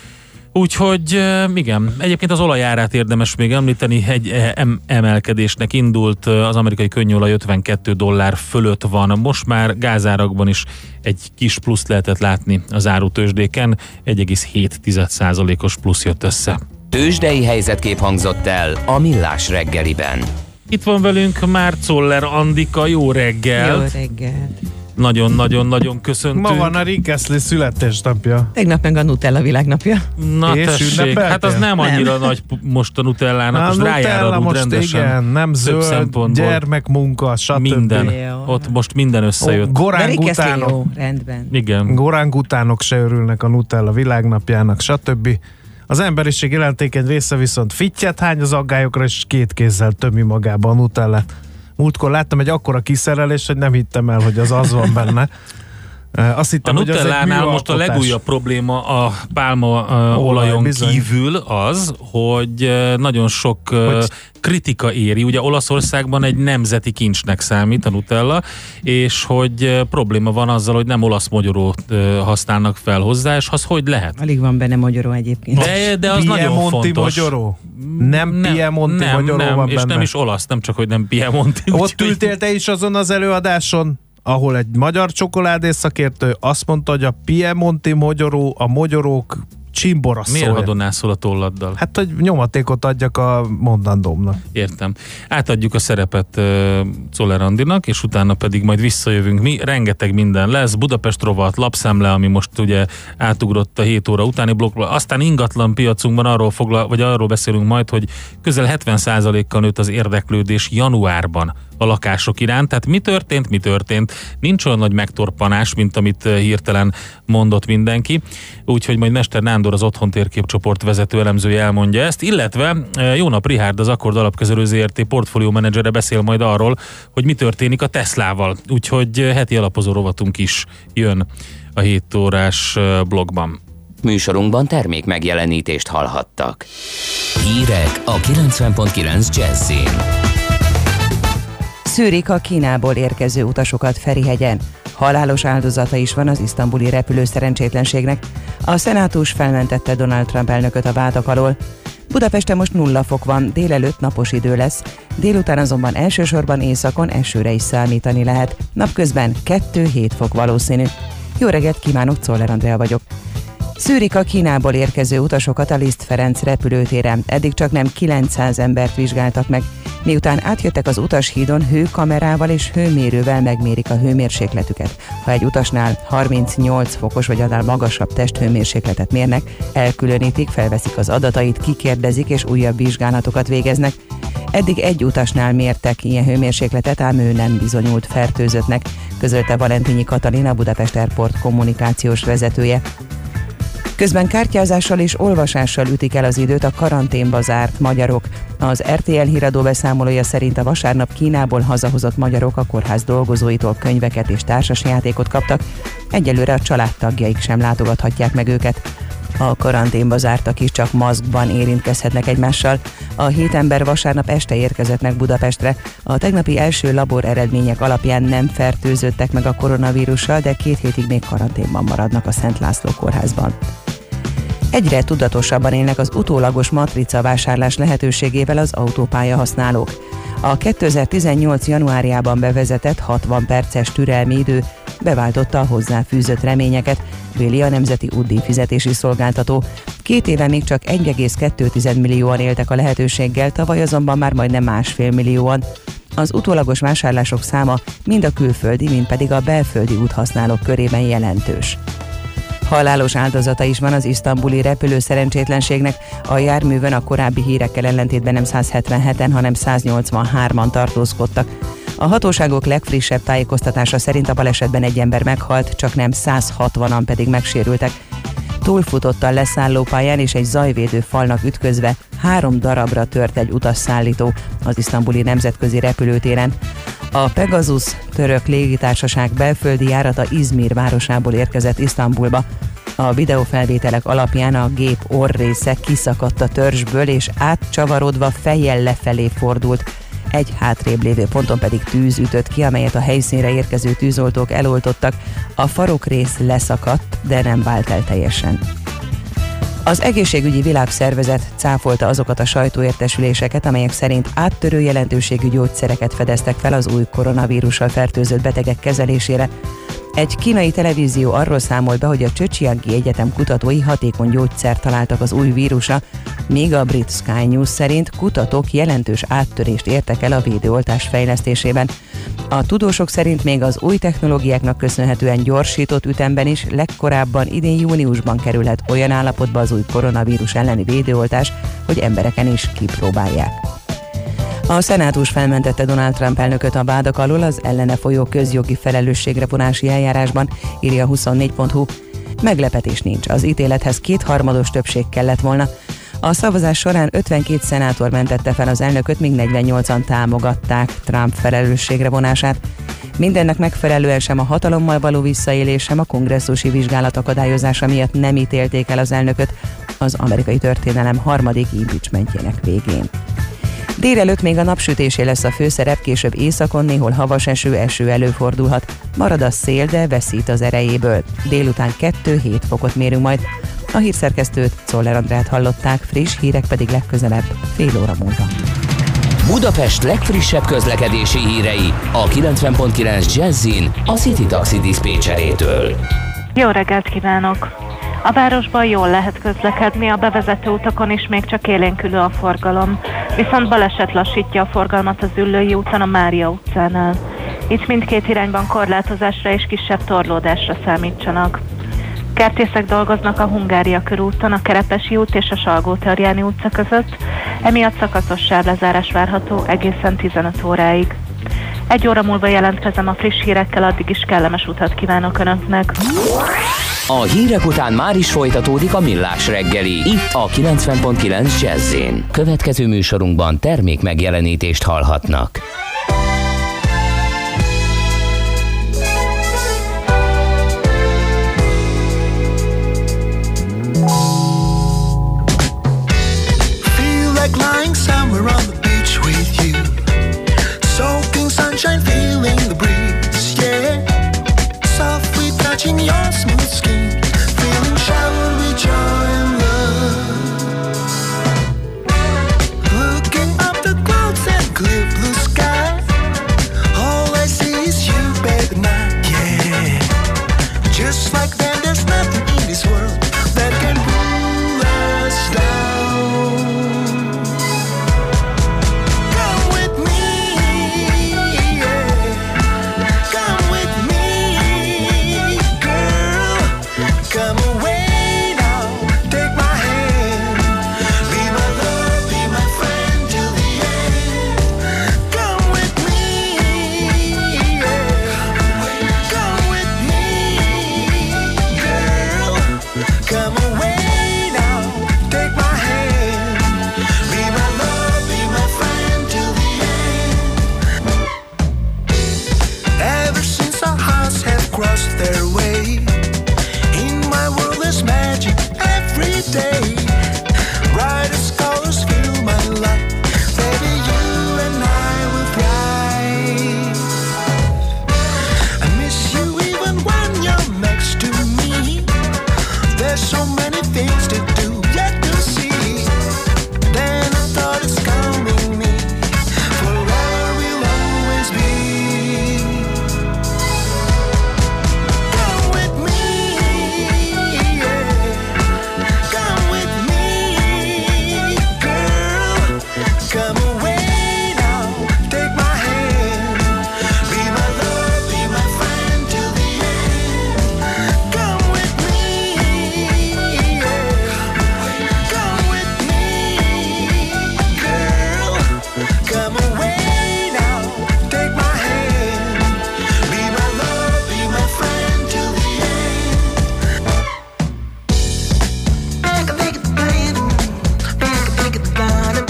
Úgyhogy igen, egyébként az olajárát érdemes még említeni, egy em- emelkedésnek indult, az amerikai könnyűolaj ötvenkét dollár fölött van, most már gázárakban is egy kis pluszt lehetett látni az árutőzsdéken, egy egész hét százalékos plusz jött össze. Tőzsdei helyzetkép hangzott el a Millás reggeliben. Itt van velünk Márczoller Andika, jó reggel! Jó reggel! Nagyon-nagyon-nagyon köszöntünk. Ma van a Rick Astley születésnapja. Tegnap meg a Nutella világnapja. Na és tessék, hát az nem annyira nem. Nagy most a Nutellának, na, most rájár a rúd rendesen. Igen, nem zöld, gyermekmunka, stb. Minden, ott most minden összejött. Gorángutánok, jó, rendben. Igen. Gorángutánok se örülnek a Nutella világnapjának, stb. Az emberiség jelentékeny része viszont fittyet hány az aggályokra, és két kézzel tömi magába a Nutellát. Múltkor láttam egy akkora kiszerelést, hogy nem hittem el, hogy az az van benne. Azt hittem, a hogy Nutellánál most a legújabb probléma a pálma uh, olajon bizony. Kívül az, hogy uh, nagyon sok uh, hogy... kritika éri. Ugye Olaszországban egy nemzeti kincsnek számít a Nutella, és hogy uh, probléma van azzal, hogy nem olasz mogyorót uh, használnak fel hozzá, és az hogy lehet? Alig van benne mogyoró egyébként. De, de az nagyon fontos. Mogyoró? Nem, nem Piemonti nem, mogyoró nem, van és benne? nem is olasz, nem csak, hogy nem Piemonti. Ott ültél te is azon az előadáson, ahol egy magyar csokoládé szakértő azt mondta, hogy a Piemonti mogyoró a mogyorók csimborasszolja. Miért hadonászol a tolladdal? Hát, hogy nyomatékot adjak a mondandómnak. Értem. Átadjuk a szerepet uh, Czoller Andinak, és utána pedig majd visszajövünk mi. Rengeteg minden lesz. Budapest rovat, lapszemle, ami most ugye átugrott a hét óra utáni blokkba. Aztán ingatlan piacunkban arról foglal, vagy arról beszélünk majd, hogy közel hetven százalékkal nőtt az érdeklődés januárban a lakások iránt. Tehát mi történt, mi történt? Nincs olyan nagy megtorpanás, mint amit hirtelen mondott mindenki. Úgyhogy majd Mester Nándor, az Otthon térképcsoport vezető elemzője elmondja ezt, illetve jó nap, Richárd, az Akkord Alapkezelő zé er té portfólió menedzsere beszél majd arról, hogy mi történik a Teslával. Úgyhogy heti alapozó rovatunk is jön a hét órás blogban. Műsorunkban termék megjelenítést hallhattak. Hírek a kilencven pont kilenc Jazzin. Szűrik a Kínából érkező utasokat Ferihegyen. Halálos áldozata is van az isztambuli repülő szerencsétlenségnek. A szenátus felmentette Donald Trump elnököt a vádak alól. Budapesten most nulla fok van, délelőtt napos idő lesz. Délután azonban elsősorban északon esőre is számítani lehet. Napközben kettő-hét fok valószínű. Jó reggelt kívánok, Czoller Andrea vagyok. Szűrik a Kínából érkező utasokat a Liszt Ferenc repülőtéren. Eddig csak nem kilencszáz embert vizsgáltak meg. Miután átjöttek az utashídon, hőkamerával és hőmérővel megmérik a hőmérsékletüket. Ha egy utasnál harmincnyolc fokos vagy annál magasabb testhőmérsékletet mérnek, elkülönítik, felveszik az adatait, kikérdezik és újabb vizsgálatokat végeznek. Eddig egy utasnál mértek ilyen hőmérsékletet, ám ő nem bizonyult fertőzöttnek, közölte Valentinyi Katalin, a Budapest Airport kommunikációs vezetője. Közben kártyázással és olvasással ütik el az időt a karanténba zárt magyarok. Az er té el híradó beszámolója szerint a vasárnap Kínából hazahozott magyarok a kórház dolgozóitól könyveket és társasjátékot kaptak. Egyelőre a családtagjaik sem látogathatják meg őket. A karanténba zártak is csak maszkban érintkezhetnek egymással. A hét ember vasárnap este érkezett meg Budapestre. A tegnapi első labor eredmények alapján nem fertőződtek meg a koronavírussal, de két hétig még karanténban maradnak a Szent László kórházban. Egyre tudatosabban élnek az utólagos matrica vásárlás lehetőségével az autópálya használók. A kétezer-tizennyolc januárjában bevezetett hatvan perces türelmi idő beváltotta a hozzáfűzött reményeket, véli a Nemzeti Útdíjfizetési Szolgáltató. Két éve még csak egy egész kettő millióan éltek a lehetőséggel, tavaly azonban már majdnem másfél millióan. Az utólagos vásárlások száma mind a külföldi, mind pedig a belföldi úthasználók körében jelentős. Halálos áldozata is van az isztambuli repülő szerencsétlenségnek. A járművön a korábbi hírekkel ellentétben nem száz hetvenheten, hanem száz nyolcvanhárman tartózkodtak. A hatóságok legfrissebb tájékoztatása szerint a balesetben egy ember meghalt, csak nem száz hatvanan pedig megsérültek. Túlfutott a leszállópályán és egy zajvédő falnak ütközve három darabra tört egy utasszállító az isztambuli nemzetközi repülőtéren. A Pegasus török légitársaság belföldi járata Izmir városából érkezett Isztambulba. A videófelvételek alapján a gép orrrésze kiszakadt a törzsből és átcsavarodva fejjel lefelé fordult. Egy hátrébb lévő ponton pedig tűz ütött ki, amelyet a helyszínre érkező tűzoltók eloltottak. A farokrész leszakadt, de nem vált el teljesen. Az Egészségügyi Világszervezet cáfolta azokat a sajtóértesüléseket, amelyek szerint áttörő jelentőségű gyógyszereket fedeztek fel az új koronavírussal fertőzött betegek kezelésére. Egy kínai televízió arról számolt be, hogy a Zhejiangi Egyetem kutatói hatékony gyógyszert találtak az új vírusra, míg a brit Sky News szerint kutatók jelentős áttörést értek el a védőoltás fejlesztésében. A tudósok szerint még az új technológiáknak köszönhetően gyorsított ütemben is legkorábban idén júniusban kerülhet olyan állapotba az új koronavírus elleni védőoltás, hogy embereken is kipróbálják. A szenátus felmentette Donald Trump elnököt a vádak alól az ellene folyó közjogi felelősségre vonási eljárásban, írja a huszonnégy pont hu. Meglepetés nincs, az ítélethez kétharmados többség kellett volna. A szavazás során ötvenkét szenátor mentette fel az elnököt, míg negyvennyolcan támogatták Trump felelősségre vonását. Mindennek megfelelően sem a hatalommal való visszaélés, sem a kongresszusi vizsgálat akadályozása miatt nem ítélték el az elnököt az amerikai történelem harmadik impeachmentjének végén. Délelőtt még a napsütésé lesz a főszerep, később északon néhol havas eső, eső előfordulhat. Marad a szél, de veszít az erejéből. Délután kettő-hét fokot mérünk majd. A hírszerkesztőt, Czoller Andrát hallották, friss hírek pedig legközelebb, fél óra múlva. Budapest legfrissebb közlekedési hírei a kilencven pont kilenc Jazzin a City Taxi diszpécserétől. Jó reggelt kívánok! A városban jól lehet közlekedni, a bevezető utakon is még csak élénkülő a forgalom, viszont baleset lassítja a forgalmat az Üllői úton a Mária utcánál. Itt mindkét irányban korlátozásra és kisebb torlódásra számítsanak. Kertészek dolgoznak a Hungária körúton, a Kerepesi út és a Salgó-Tarjáni utca között, emiatt szakaszos sávlezárás várható egészen tizenöt óráig. Egy óra múlva jelentkezem a friss hírekkel, addig is kellemes utat kívánok Önöknek. A hírek után már is folytatódik a Millás reggeli, itt a kilencven pont kilenc Jazz-én. Következő műsorunkban termék megjelenítést hallhatnak. Feel like lying somewhere on the beach with you, soaking sunshine, feeling the breeze, yeah. Softly touching your smooth skin, feeling showered with joy and love. Looking up the clouds and clear blue sky, all I see is you, baby, now, yeah. Just like then, there's nothing in this world that can pull us down. Come with me, yeah. Come with me, girl. Come away now, take my hand. Be my love, be my friend till the end. Come with me, yeah. Come with me, girl. Come away now, take my hand. Be my love, be my friend till the end. Ever since our hearts have crossed their way, in my world there's magic every day. Brightest colors fill my life. Baby, you and I will thrive. I miss you even when you're next to me. There's so many things to do, yet to see. Then I thought it's coming me. Forever we'll always be. Come with me, yeah. Come with me, girl. Come away now, take my hand. Be my love, be my friend till the end. Come with me, yeah. Come with me, girl. Come away now, take my hand. Be my love, be my friend till the end. Back a big band, back a big band.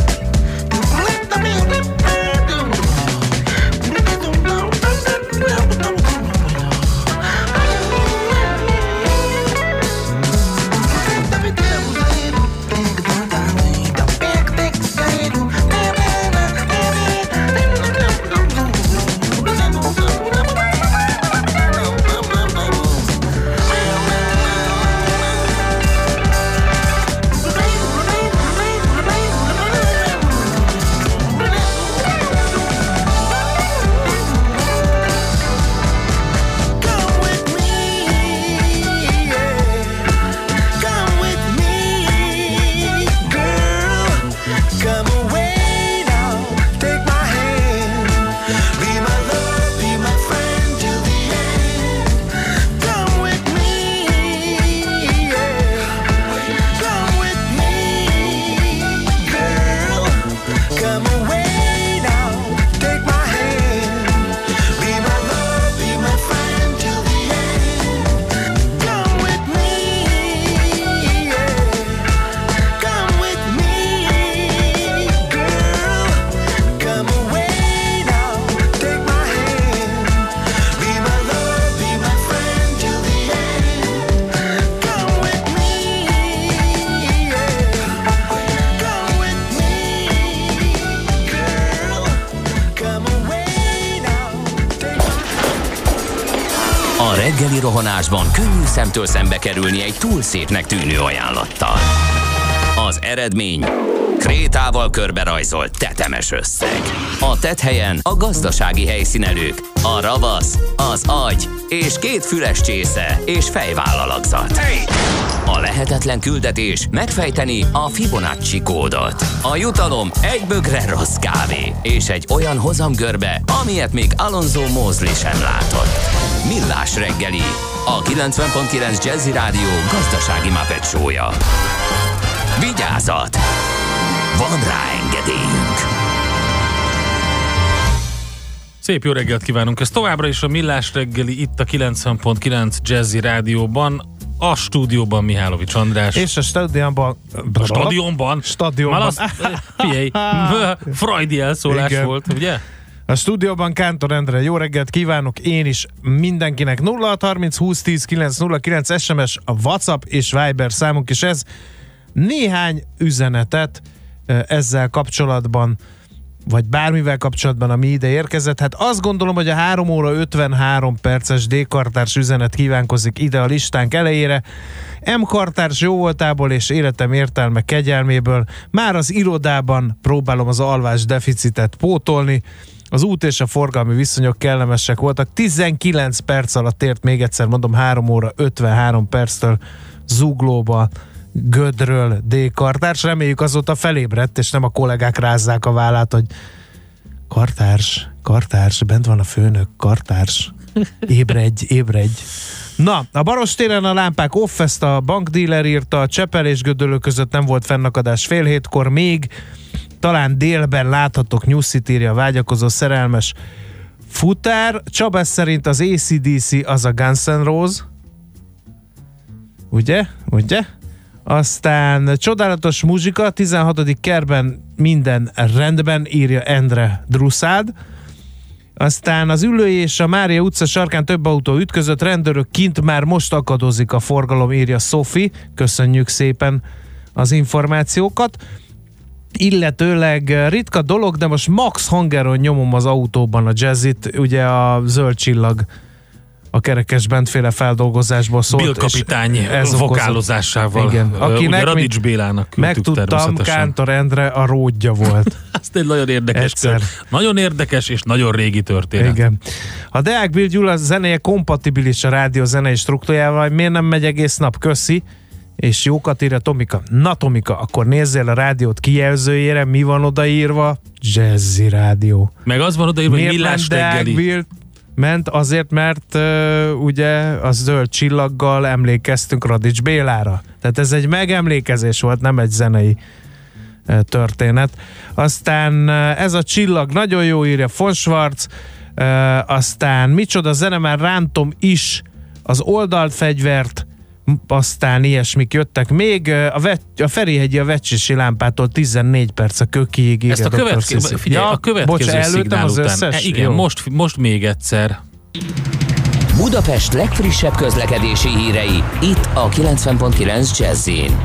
Come with me, yeah. Come with me, girl. Come away now, take my hand. Be my love, be my friend till the end. Come with me, yeah. Come with me, girl. Come away now, take my hand. Be my love, be my friend till the end. Come with me, yeah. Come with me, girl. Come away now, take my hand. Be my love, be my friend till the end. Come with me, yeah. Come with me, girl. Come away now, take my A reggeli rohanásban könnyű szemtől szembe kerülni egy túl szépnek tűnő ajánlattal. Az eredmény krétával körberajzolt tetemes összeg. A tetthelyen a gazdasági helyszínelők, a ravasz, az agy és két füles csésze és fejvállalakzat. A lehetetlen küldetés megfejteni a Fibonacci kódot. A jutalom egy bögre rossz kávé és egy olyan hozamgörbe, amilyet még Alonso Mosley sem látott. Millás reggeli, a kilencven pont kilenc Jazzy Rádió gazdasági Muppet show-ja. Vigyázat! Van rá engedélyünk! Szép jó reggelt kívánunk! Ez továbbra is a Millás reggeli, itt a kilencven pont kilenc Jazzy Rádióban, a stúdióban Mihálovics András. És a stadionban... A stadionban? Stadionban. Már azt, figyelj, freudi elszólás igen. volt, ugye? A stúdióban Kántor Endre, jó reggelt kívánok én is mindenkinek. nulla hat harminc húsz tíz kilenc nulla kilenc es em es, a WhatsApp és Viber számunk is ez. Néhány üzenetet ezzel kapcsolatban, vagy bármivel kapcsolatban, ami ide érkezett. Hát azt gondolom, hogy a három óra ötvenhárom perces D-kartárs üzenet kívánkozik ide a listánk elejére. M-kartárs jó voltából és életem értelme kegyelméből már az irodában próbálom az alvás deficitet pótolni. Az út és a forgalmi viszonyok kellemesek voltak. tizenkilenc perc alatt ért, még egyszer mondom, három óra ötvenhárom perctől Zuglóba Gödről D-kartárs. Reméljük azóta felébredt, és nem a kollégák rázzák a vállát, hogy kartárs, kartárs, bent van a főnök, kartárs, ébredj, ébredj. Na, a Barostéren a lámpák off, ezt a bankdíler írta, a Csepel és Gödöllő között nem volt fennakadás fél hétkor még, talán délben láthatok nyuszit, írja a vágyakozó szerelmes futár. Csaba szerint az á cé dé cé az a Guns N' Roses, ugye? Ugye? Aztán csodálatos muzsika, tizenhatodik kerben minden rendben, írja Endre Druszád. Aztán az Üllői és a Mária utca sarkán több autó ütközött, rendőrök kint, már most akadozik a forgalom, írja Sophie. Köszönjük szépen az információkat. Illetőleg ritka dolog, de most max hangeron nyomom az autóban a jazzit, ugye a Zöld Csillag a Kerekes Bentféle feldolgozásból szólt. Bill kapitány vokálozásával. Igen. Akinek ugye Radics Bélának megtudtam, Kántor Endre a ródja volt. Ezt egy nagyon érdekes kör. Nagyon érdekes és nagyon régi történet. Igen. A Deák Bill Gyula zenéje kompatibilis a rádió zenei struktúrájával, miért nem megy egész nap? Köszi. És jókat írja Tomika. Na Tomika, akkor nézzél a rádiót kijelzőjére, mi van odaírva? Jazzy Rádió. Meg az van odaírva, hogy Millás reggeli. Ment azért, mert uh, ugye a Zöld Csillaggal emlékeztünk Radics Bélára. Tehát ez egy megemlékezés volt, nem egy zenei uh, történet. Aztán uh, ez a csillag nagyon jó, írja von Schwarz. Uh, aztán micsoda zene, már rántom is az oldalt fegyvert, aztán ilyesmik jöttek még. A, ve- a Ferihegyi a Vecsési lámpától tizennégy perc a Kökiig. Ezt a, követke- figyelj, ja, a következő bocs, szignál az után. Összes? E, igen, most, most még egyszer. Budapest legfrissebb közlekedési hírei, itt a kilencven pont kilenc Jazzin.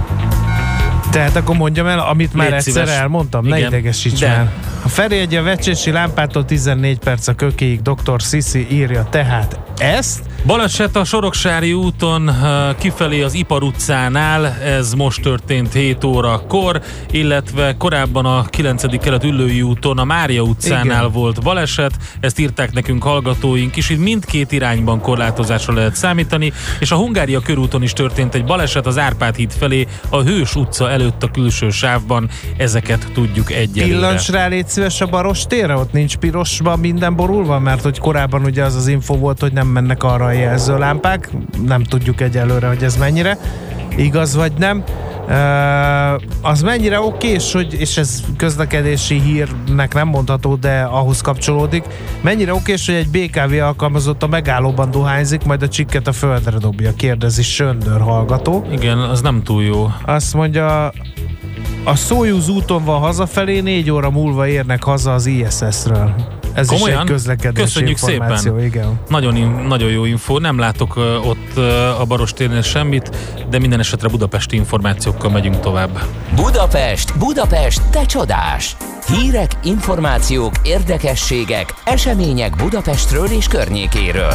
Tehát akkor mondjam el, amit már Légy egyszer szíves. elmondtam, igen. ne idegesíts már. A Ferihegyi a Vecsési lámpától tizennégy perc a Kökiig, doktor Sisi írja tehát ezt. Baleset a Soroksári úton uh, kifelé az Ipar utcánál, ez most történt hét órakor, illetve korábban a kilencedik kelet Üllői úton a Mária utcánál igen. volt baleset, ezt írták nekünk hallgatóink is, itt mindkét irányban korlátozásra lehet számítani, és a Hungária körúton is történt egy baleset az Árpád híd felé, a Hős utca előtt a külső sávban, ezeket tudjuk egyelőre. Pillancs rá, légy szíves a Barostérre, ott nincs pirosban minden borulva, mert hogy korábban ugye az az info volt, hogy nem mennek arra a jelzőlámpák, nem tudjuk egyelőre, hogy ez mennyire igaz vagy nem. Uh, az mennyire okés, hogy, és ez közlekedési hírnek nem mondható, de ahhoz kapcsolódik, mennyire okés, hogy egy bé ká vé alkalmazott a megállóban dohányzik, majd a csikket a földre dobja, kérdezi Söndör hallgató. Igen, az nem túl jó. Azt mondja, a Szójúz úton van hazafelé, négy óra múlva érnek haza az i es es-ről. Ez komolyan? Is egy közlekedési Köszönjük információ, szépen. Igen. Nagyon, nagyon jó info, nem látok uh, ott uh, a Barostérnél semmit, de minden esetre budapesti információkkal megyünk tovább. Budapest, Budapest, te csodás! Hírek, információk, érdekességek, események Budapestről és környékéről.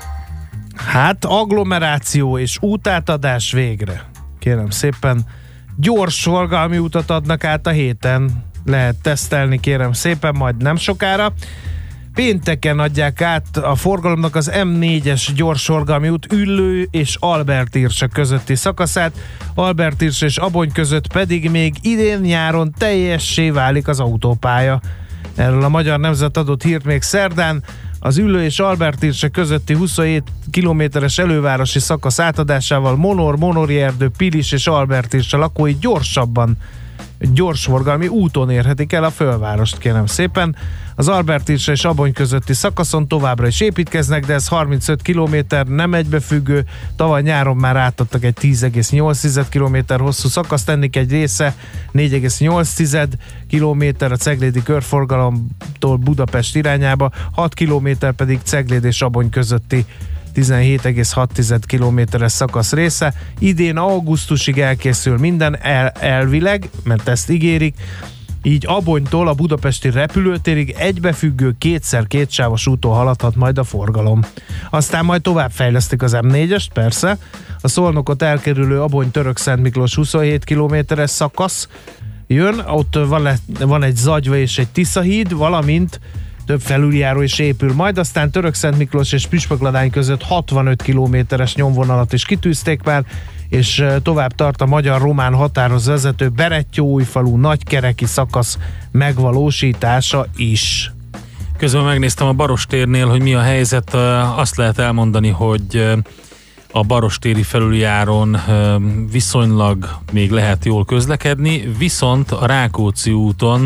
Hát agglomeráció és útátadás végre. Kérem szépen, gyors forgalmi utat adnak át a héten. Lehet tesztelni, kérem szépen, majd nem sokára. Pénteken adják át a forgalomnak az M négyes gyorsforgalmi út Üllő és Albertirsa közötti szakaszát, Albertirsa és Abony között pedig még idén nyáron teljessé válik az autópálya. Erről a Magyar Nemzet adott hírt még szerdán. Az Üllő és Albertirsa közötti huszonhét kilométeres elővárosi szakasz átadásával Monor, Monori erdő, Pilis és Albertirsa lakói gyorsabban gyorsforgalmi úton érhetik el a fővárost, kérem szépen. Az Albertirsa és Abony közötti szakaszon továbbra is építkeznek, de ez harmincöt kilométer, nem egybefüggő. Tavaly nyáron már átadtak egy tíz egész nyolc kilométer hosszú szakaszt, ennek egy része négy egész nyolc kilométer a ceglédi körforgalomtól Budapest irányába, hat kilométer pedig Cegléd és Abony közötti tizenhét egész hat kilométeres szakasz része. Idén augusztusig elkészül minden el, elvileg, mert ezt ígérik, így Abonytól a budapesti repülőtérig egybefüggő kétszer kétsávos úton haladhat majd a forgalom. Aztán majd tovább fejlesztik az M négyest, persze. A Szolnokot elkerülő Abony-Törökszent Miklós huszonhét kilométeres szakasz jön, ott van, le, van egy Zagyva és egy Tiszahíd, valamint több felüljáró is épül majd, aztán Törökszent Miklós és Püspökladány között hatvanöt kilométeres nyomvonalat is kitűzték már, és tovább tart a magyar-román határhoz vezető Berettyóújfalu nagykereki szakasz megvalósítása is. Közben megnéztem a Barostérnél, hogy mi a helyzet. Azt lehet elmondani, hogy a barostéri felüljáron viszonylag még lehet jól közlekedni, viszont a Rákóczi úton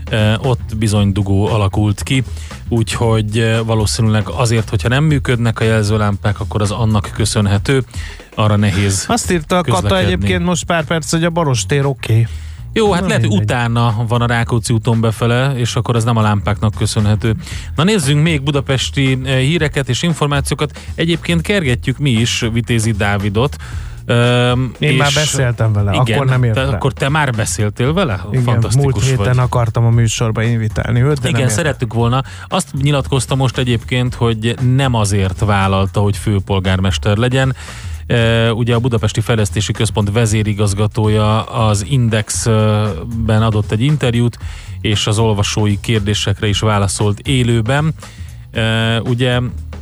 ott bizony dugó alakult ki, úgyhogy valószínűleg azért, hogyha nem működnek a jelzőlámpák, akkor az annak köszönhető, arra nehéz Azt írta a Kata egyébként most pár perc, hogy a Barostér oké. Okay. Jó, hát Na, lehet, mindegy. utána van a Rákóczi úton befele, és akkor az nem a lámpáknak köszönhető. Na nézzünk még budapesti híreket és információkat. Egyébként kergetjük mi is Vitézi Dávidot. Um, Én már beszéltem vele, igen, akkor nem ért te, rá. Akkor te már beszéltél vele? Igen, Fantasztikus múlt héten vagy. akartam a műsorba invitálni őt, de Igen, nem szerettük volna. Azt nyilatkozta most egyébként, hogy nem azért vállalta, hogy főpolgármester legyen. Uh, ugye a Budapesti Fejlesztési Központ vezérigazgatója az Indexben adott egy interjút, és az olvasói kérdésekre is válaszolt élőben. Uh, ugye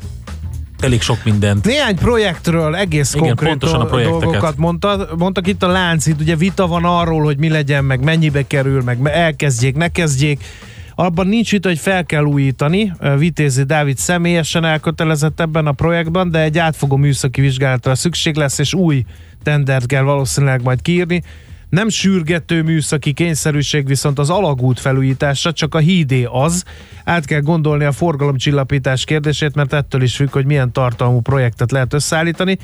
elég sok mindent. Néhány projektről egész Igen, konkrét pontosan a projekteket. dolgokat mondta, mondtak itt a Láncid, ugye vita van arról, hogy mi legyen, meg mennyibe kerül, meg elkezdjék, ne kezdjék. Abban nincs itt, hogy fel kell újítani. Vitézi Dávid személyesen elkötelezett ebben a projektben, de egy átfogó műszaki vizsgálatra szükség lesz, és új tendert kell valószínűleg majd kiírni. Nem sürgető műszaki kényszerűség viszont az alagút felújítása, csak a hídé az. Át kell gondolni a forgalomcsillapítás kérdését, mert ettől is függ, hogy milyen tartalmú projektet lehet összeállítani.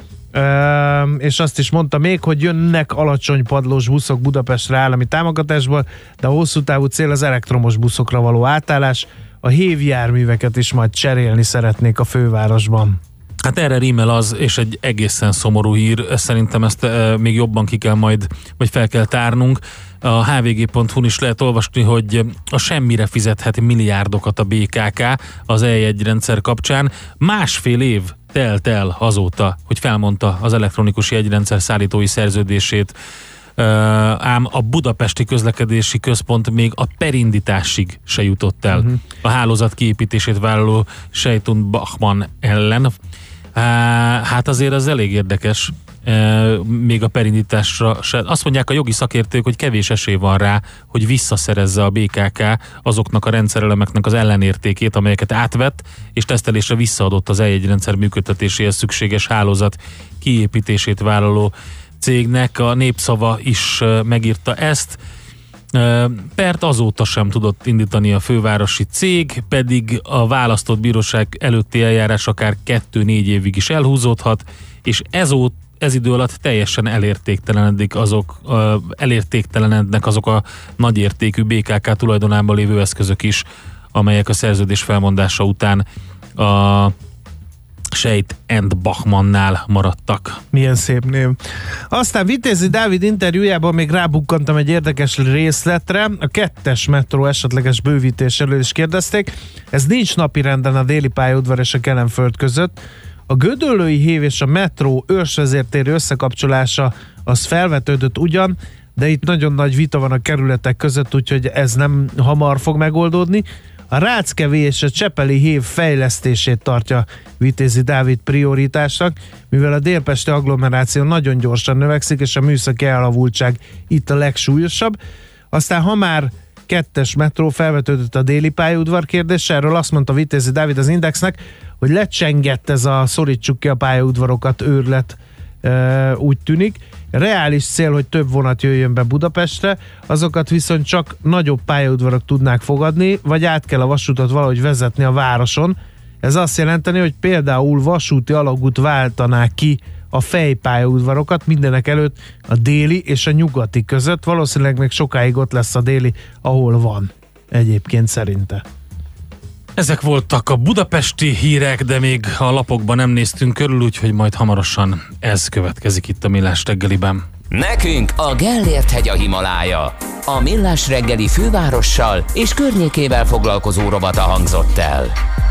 Üm, és azt is mondta még, hogy jönnek alacsony padlós buszok Budapestre állami támogatásból, de a hosszú távú cél az elektromos buszokra való átállás. A hévjárműveket is majd cserélni szeretnék a fővárosban. Hát erre rímel az, és egy egészen szomorú hír, szerintem ezt e, még jobban ki kell majd, vagy fel kell tárnunk. A há vé gé pont hu-n is lehet olvasni, hogy a semmire fizethet milliárdokat a bé ká ká az é egy rendszer kapcsán. Másfél év telt el azóta, hogy felmondta az elektronikus jegyrendszer szállítói szerződését, ám a Budapesti Közlekedési Központ még a perindításig se jutott el. Uh-huh. A hálózat kiépítését vállaló Seytun Bachmann ellen. Hát azért az elég érdekes, még a perindításra se. Azt mondják a jogi szakértők, hogy kevés esély van rá, hogy visszaszerezze a bé ká ká azoknak a rendszerelemeknek az ellenértékét, amelyeket átvett, és tesztelésre visszaadott az é egy rendszer működtetéséhez szükséges hálózat kiépítését vállaló cégnek. A Népszava is megírta ezt. Pert azóta sem tudott indítani a fővárosi cég, pedig a választott bíróság előtti eljárás akár kettő-négy évig is elhúzódhat, és ezóta ez idő alatt teljesen elértéktelenedik azok, uh, elértéktelenednek azok a nagyértékű bé ká ká tulajdonában lévő eszközök is, amelyek a szerződés felmondása után a Seyt and Bachmannnál maradtak. Milyen szép név. Aztán Vitézi Dávid interjújában még rábukkantam egy érdekes részletre. A kettes metró esetleges bővítéséről is kérdezték. Ez nincs napirenden a déli pályaudvar és a Kelenföld között. A Gödöllői hév és a metró őrsvezértéri összekapcsolása az felvetődött ugyan, de itt nagyon nagy vita van a kerületek között, úgyhogy ez nem hamar fog megoldódni. A Ráckevé és a Csepeli hév fejlesztését tartja Vitézi Dávid prioritásnak, mivel a délpesti agglomeráció nagyon gyorsan növekszik, és a műszaki elavultság itt a legsúlyosabb. Aztán ha már kettes metró, felvetődött a déli pályaudvar kérdése, erről azt mondta Vitézi Dávid az Indexnek, hogy lecsengett ez a szorítsuk ki a pályaudvarokat őrület, úgy tűnik. Reális cél, hogy több vonat jöjjön be Budapestre, azokat viszont csak nagyobb pályaudvarok tudnák fogadni, vagy át kell a vasútot valahogy vezetni a városon. Ez azt jelenteni, hogy például vasúti alagút váltaná ki a fejpályaudvarokat, mindenek előtt a déli és a nyugati között. Valószínűleg még sokáig ott lesz a déli, ahol van egyébként szerinte. Ezek voltak a budapesti hírek, de még a lapokban nem néztünk körül, úgyhogy majd hamarosan ez következik itt a Millás reggeliben. Nekünk a Gellért hegy a Himalája. A Millás reggeli fővárossal és környékével foglalkozó rovata hangzott el.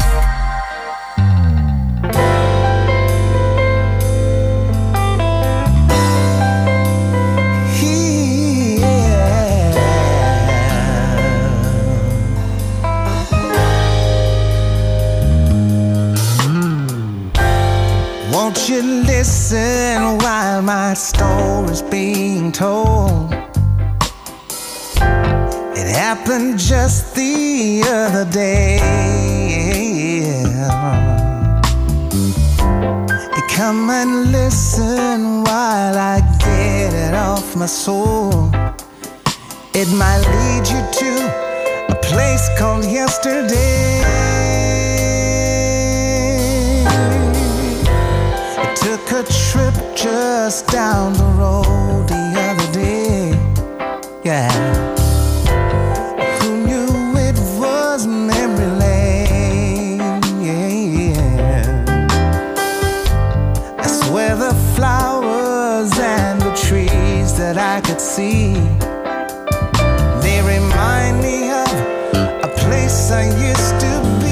Won't you listen while my story's being told? It happened just the other day. Come and listen while I get it off my soul. It might lead you to a place called yesterday. Took a trip just down the road the other day. Yeah. Who knew it was memory lane? Yeah. I swear the flowers and the trees that I could see, they remind me of a place I used to be.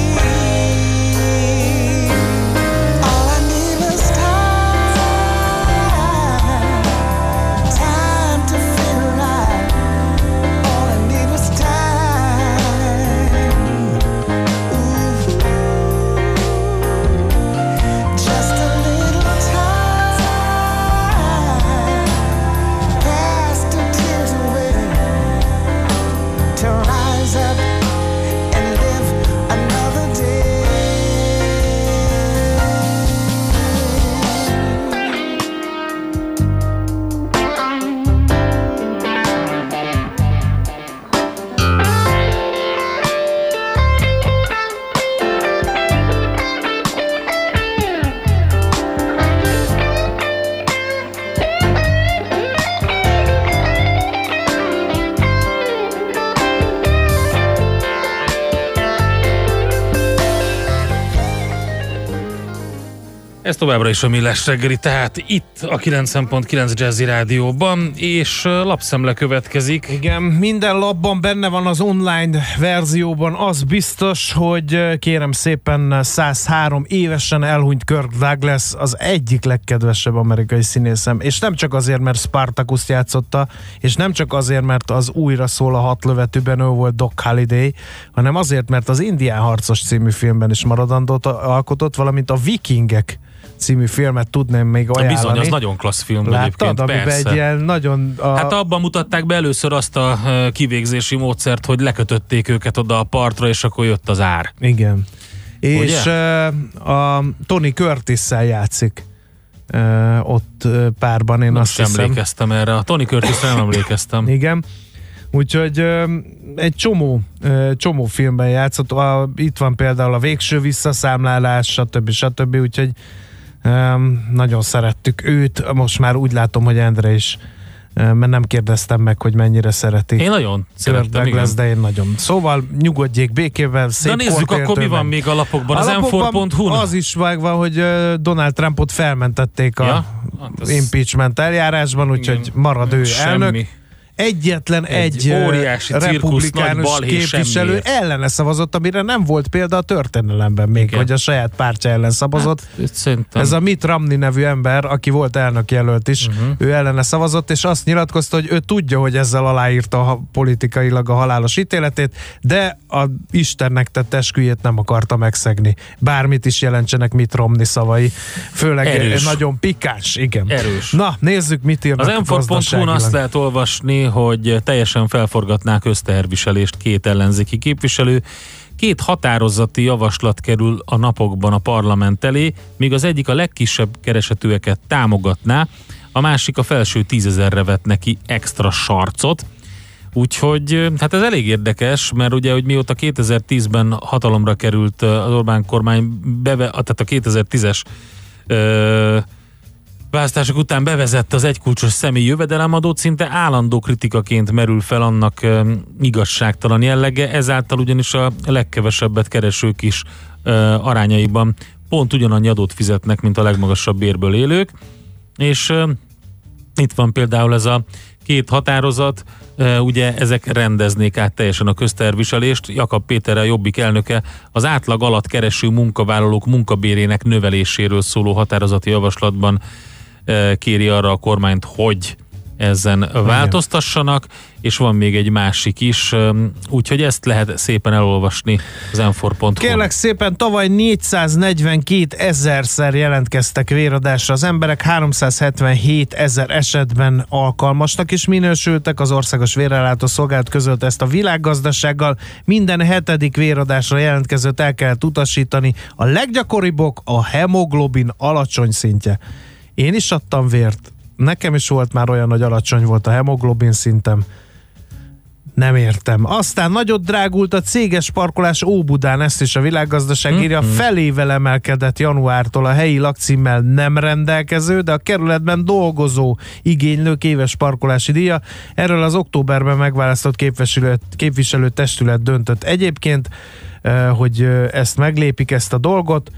Ez továbbra is a Millás reggeli, tehát itt a kilencven pont kilenc Jazzy Rádióban, és lapszemle következik. Igen, minden lapban benne van az online verzióban, az biztos, hogy kérem szépen száz három évesen elhunyt Kirk Douglas, az egyik legkedvesebb amerikai színészem, és nem csak azért, mert Spartacus játszotta, és nem csak azért, mert az Újra szól a hat lövetőben ő volt Doc Holliday, hanem azért, mert az Indián harcos című filmben is maradandót alkotott, valamint a Vikingek című filmet tudnám még ajánlani. Bizony, az nagyon klassz film. Láttad, amiben egy ilyen nagyon... A... Hát abban mutatták be először azt a kivégzési módszert, hogy lekötötték őket oda a partra, és akkor jött az ár. Igen. És uh, a Tony Curtis-szel játszik uh, ott uh, párban, én nem azt hiszem. Nem emlékeztem erre. A Tony Curtis-re nem emlékeztem. Igen. Úgyhogy uh, egy csomó, uh, csomó filmben játszott. A, itt van például a Végső visszaszámlálás, stb. stb. Úgyhogy Um, nagyon szerettük őt, most már úgy látom, hogy Endre is, um, mert nem kérdeztem meg, hogy mennyire szereti. Én nagyon szerettem, Douglas, de én nagyon. Szóval nyugodjék békével, szép. De nézzük akkor, mi van még a lapokban, a az em négy pont hu-n. Az is van, hogy uh, Donald Trumpot felmentették a ja? hát impeachment eljárásban, úgyhogy marad ő semmi. elnök. egyetlen egy, egy óriási republikánus képviselő ellene szavazott, amire nem volt példa a történelemben még, igen, hogy a saját pártja ellen szavazott. Hát, ez a Mitt Romney nevű ember, aki volt elnök jelölt is, uh-huh. ő ellene szavazott, és azt nyilatkozta, hogy ő tudja, hogy ezzel aláírta a politikailag a halálos ítéletét, de a Istennek tett esküjét nem akarta megszegni. Bármit is jelentsenek Mitt Romney szavai. Főleg erős. Nagyon pikáns, igen. Erős. Na, nézzük, mit írnak az enfor pont hu-n azt lehet olvasni, hogy teljesen felforgatnák közteherviselést két ellenzéki képviselő. Két határozati javaslat kerül a napokban a parlament elé, míg az egyik a legkisebb keresetűeket támogatná, a másik a felső tízezerre vet neki extra sarcot. Úgyhogy hát ez elég érdekes, mert ugye, hogy mióta kétezer-tízben hatalomra került az Orbán kormány, beve, tehát a kétezer-tízes ö, választások után bevezette az egykulcsos személyi jövedelemadót, szinte állandó kritikaként merül fel annak ö, igazságtalan jellege, ezáltal ugyanis a legkevesebbet keresők is ö, arányaiban pont ugyanannyi adót fizetnek, mint a legmagasabb bérből élők, és ö, itt van például ez a két határozat, ugye ezek rendeznék át teljesen a közteherviselést. Jakab Péter, a Jobbik elnöke az átlag alatt kereső munkavállalók munkabérének növeléséről szóló határozati javaslatban kéri arra a kormányt, hogy ezen változtassanak, és van még egy másik is, úgyhogy ezt lehet szépen elolvasni az enfor pont hu. Kérlek szépen, tavaly négyszáznegyvenkét ezerszer jelentkeztek véradásra az emberek, háromszázhetvenhét ezer esetben alkalmasnak is minősültek, az Országos Vérellátó Szolgálat közölte ezt a Világgazdasággal, minden hetedik véradásra jelentkezőt el kellett utasítani, a leggyakoribbak a hemoglobin alacsony szintje. Én is adtam vért, nekem is volt már olyan, hogy alacsony volt a hemoglobin szintem. Nem értem. Aztán nagyot drágult a céges parkolás Óbudán, ezt is a Világgazdaság mm-hmm. írja, felével emelkedett januártól a helyi lakcímmel nem rendelkező, de a kerületben dolgozó igénylők éves parkolási díja. Erről az októberben megválasztott képviselő, képviselő testület döntött egyébként, hogy ezt meglépik, ezt a dolgot,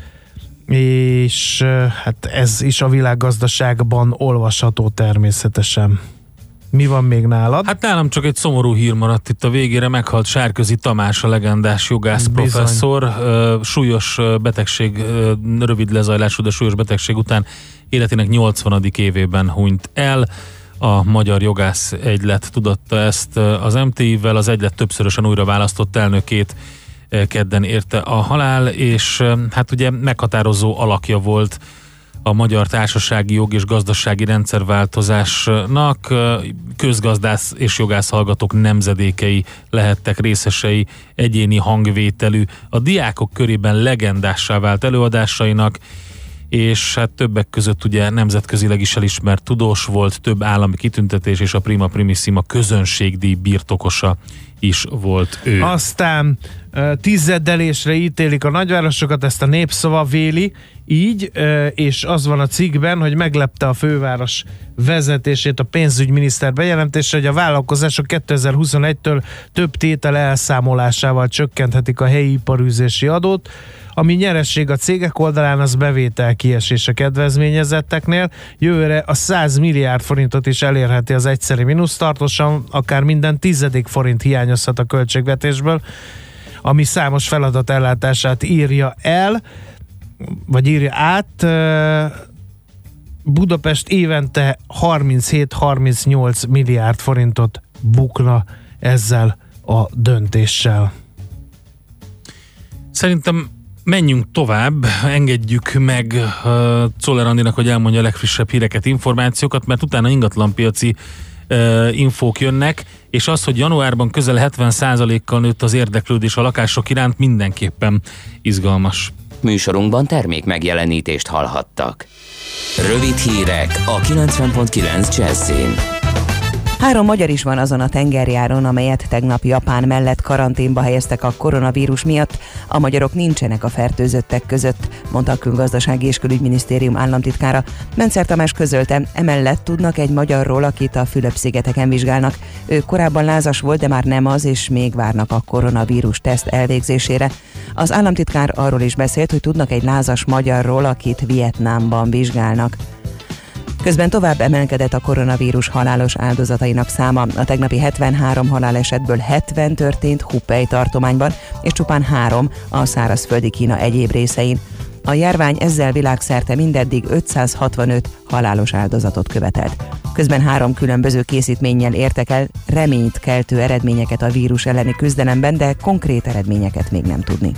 és hát ez is a Világgazdaságban olvasható természetesen. Mi van még nálad? Hát nálam csak egy szomorú hír maradt itt a végére, meghalt Sárközi Tamás, a legendás jogász Bizony. professzor, uh, súlyos betegség, uh, rövid lezajlású, de súlyos betegség után életének nyolcvanadik évében hunyt el. A Magyar Jogász Egylet tudatta ezt az em té i-vel, az egylet többszörösen újra választott elnökét kedden érte a halál, és hát ugye meghatározó alakja volt a magyar társasági jog és gazdasági rendszerváltozásnak, közgazdász és jogász hallgatók nemzedékei lehettek részesei, egyéni hangvételű, a diákok körében legendássá vált előadásainak, és hát többek között ugye nemzetközileg is elismert tudós volt, több állami kitüntetés és a Prima Primissima közönségdíj birtokosa is volt ő. Aztán tizeddelésre ítélik a nagyvárosokat, ezt a Népszava véli így, és az van a cikkben, hogy meglepte a főváros vezetését a pénzügyminiszter bejelentése, hogy a vállalkozások kétezer-huszonegytől több tétel elszámolásával csökkenthetik a helyi iparűzési adót, ami nyeresség a cégek oldalán, az bevétel kiesés a kedvezményezetteknél. Jövőre a száz milliárd forintot is elérheti az egyszeri mínusz, tartósan akár minden tizedik forint hiányozhat a költségvetésből, ami számos feladat ellátását írja el, vagy írja át. Budapest évente harminchét-harmincnyolc milliárd forintot bukna ezzel a döntéssel. Szerintem menjünk tovább, engedjük meg uh, Czoller Andinak, hogy elmondja a legfrissebb híreket, információkat, mert utána ingatlanpiaci uh, infók jönnek, és az, hogy januárban közel hetven százalékkal nőtt az érdeklődés a lakások iránt, mindenképpen izgalmas. Műsorunkban termék megjelenítést hallhattak. Rövid hírek a kilencven pont kilenc Jazzin. Három magyar is van azon a tengerjáron, amelyet tegnap Japán mellett karanténba helyeztek a koronavírus miatt. A magyarok nincsenek a fertőzöttek között, mondta a Külgazdasági és Külügyminisztérium államtitkára. Mencer Tamás közölte, emellett tudnak egy magyarról, akit a Fülöp-szigeteken vizsgálnak. Ő korábban lázas volt, de már nem az, és még várnak a koronavírus teszt elvégzésére. Az államtitkár arról is beszélt, hogy tudnak egy lázas magyarról, akit Vietnámban vizsgálnak. Közben tovább emelkedett a koronavírus halálos áldozatainak száma. A tegnapi hetvenhárom halálesetből hetven történt Hubei tartományban, és csupán három a szárazföldi Kína egyéb részein. A járvány ezzel világszerte mindeddig ötszázhatvanöt halálos áldozatot követelt. Közben három különböző készítménnyel értek el reményt keltő eredményeket a vírus elleni küzdelemben, de konkrét eredményeket még nem tudni.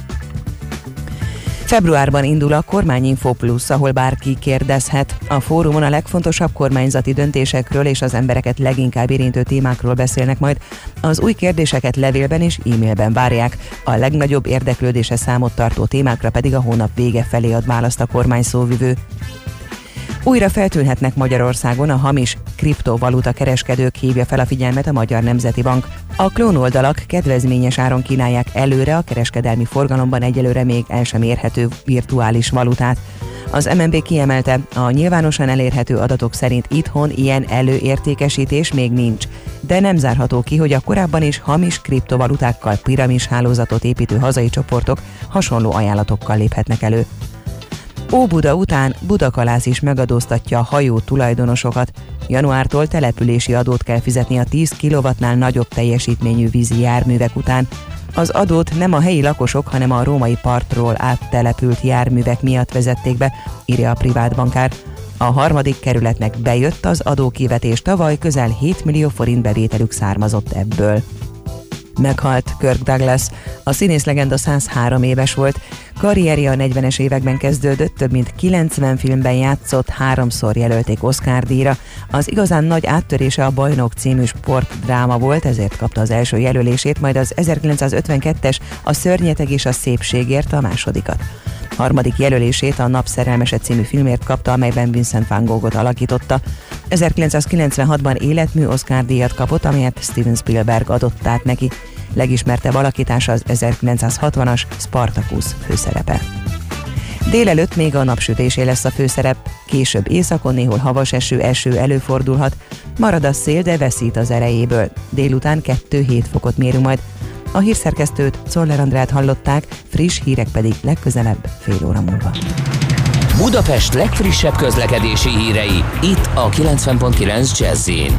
Februárban indul a Kormányinfo Plus, ahol bárki kérdezhet. A fórumon a legfontosabb kormányzati döntésekről és az embereket leginkább érintő témákról beszélnek majd. Az új kérdéseket levélben és e-mailben várják. A legnagyobb érdeklődése számot tartó témákra pedig a hónap vége felé ad választ a kormány szóvivő. Újra feltűnhetnek Magyarországon a hamis kriptovaluta kereskedők, hívja fel a figyelmet a Magyar Nemzeti Bank. A klónoldalak kedvezményes áron kínálják előre a kereskedelmi forgalomban egyelőre még el sem érhető virtuális valutát. Az em en bé kiemelte, a nyilvánosan elérhető adatok szerint itthon ilyen előértékesítés még nincs, de nem zárható ki, hogy a korábban is hamis kriptovalutákkal piramis hálózatot építő hazai csoportok hasonló ajánlatokkal léphetnek elő. Óbuda után Budakalász is megadóztatja a hajó tulajdonosokat. Januártól települési adót kell fizetni a tíz kilowattnál nagyobb teljesítményű vízi járművek után. Az adót nem a helyi lakosok, hanem a római partról áttelepült járművek miatt vezették be, írja a privát bankár. A harmadik kerületnek bejött az adókivetés, tavaly közel hét millió forint bevételük származott ebből. Meghalt Kirk Douglas, a színészlegenda száz három éves volt, karrierje a negyvenes években kezdődött, több mint kilencven filmben játszott, háromszor jelölték Oscar-díjra. Az igazán nagy áttörése a Bajnok című sportdráma volt, ezért kapta az első jelölését, majd az ezerkilencszázötvenkettes A szörnyeteg és a szépségért a másodikat. Harmadik jelölését a Napszerelmese című filmért kapta, amelyben Vincent van Goghot alakította. ezerkilencszázkilencvenhatban életmű Oscar-díjat kapott, amelyet Steven Spielberg adott át neki. Legismertebb alakítása az ezerkilencszázhatvanas Spartacus főszerepe. Délelőtt még a napsütésé lesz a főszerep, később északon néhol havas eső, eső előfordulhat, marad a szél, de veszít az erejéből. Délután kettő-hét fokot mérünk majd. A hírszerkesztőt, Czoller Andrát hallották, friss hírek pedig legközelebb fél óra múlva. Budapest legfrissebb közlekedési hírei, itt a kilencven pont kilenc Jazz-in.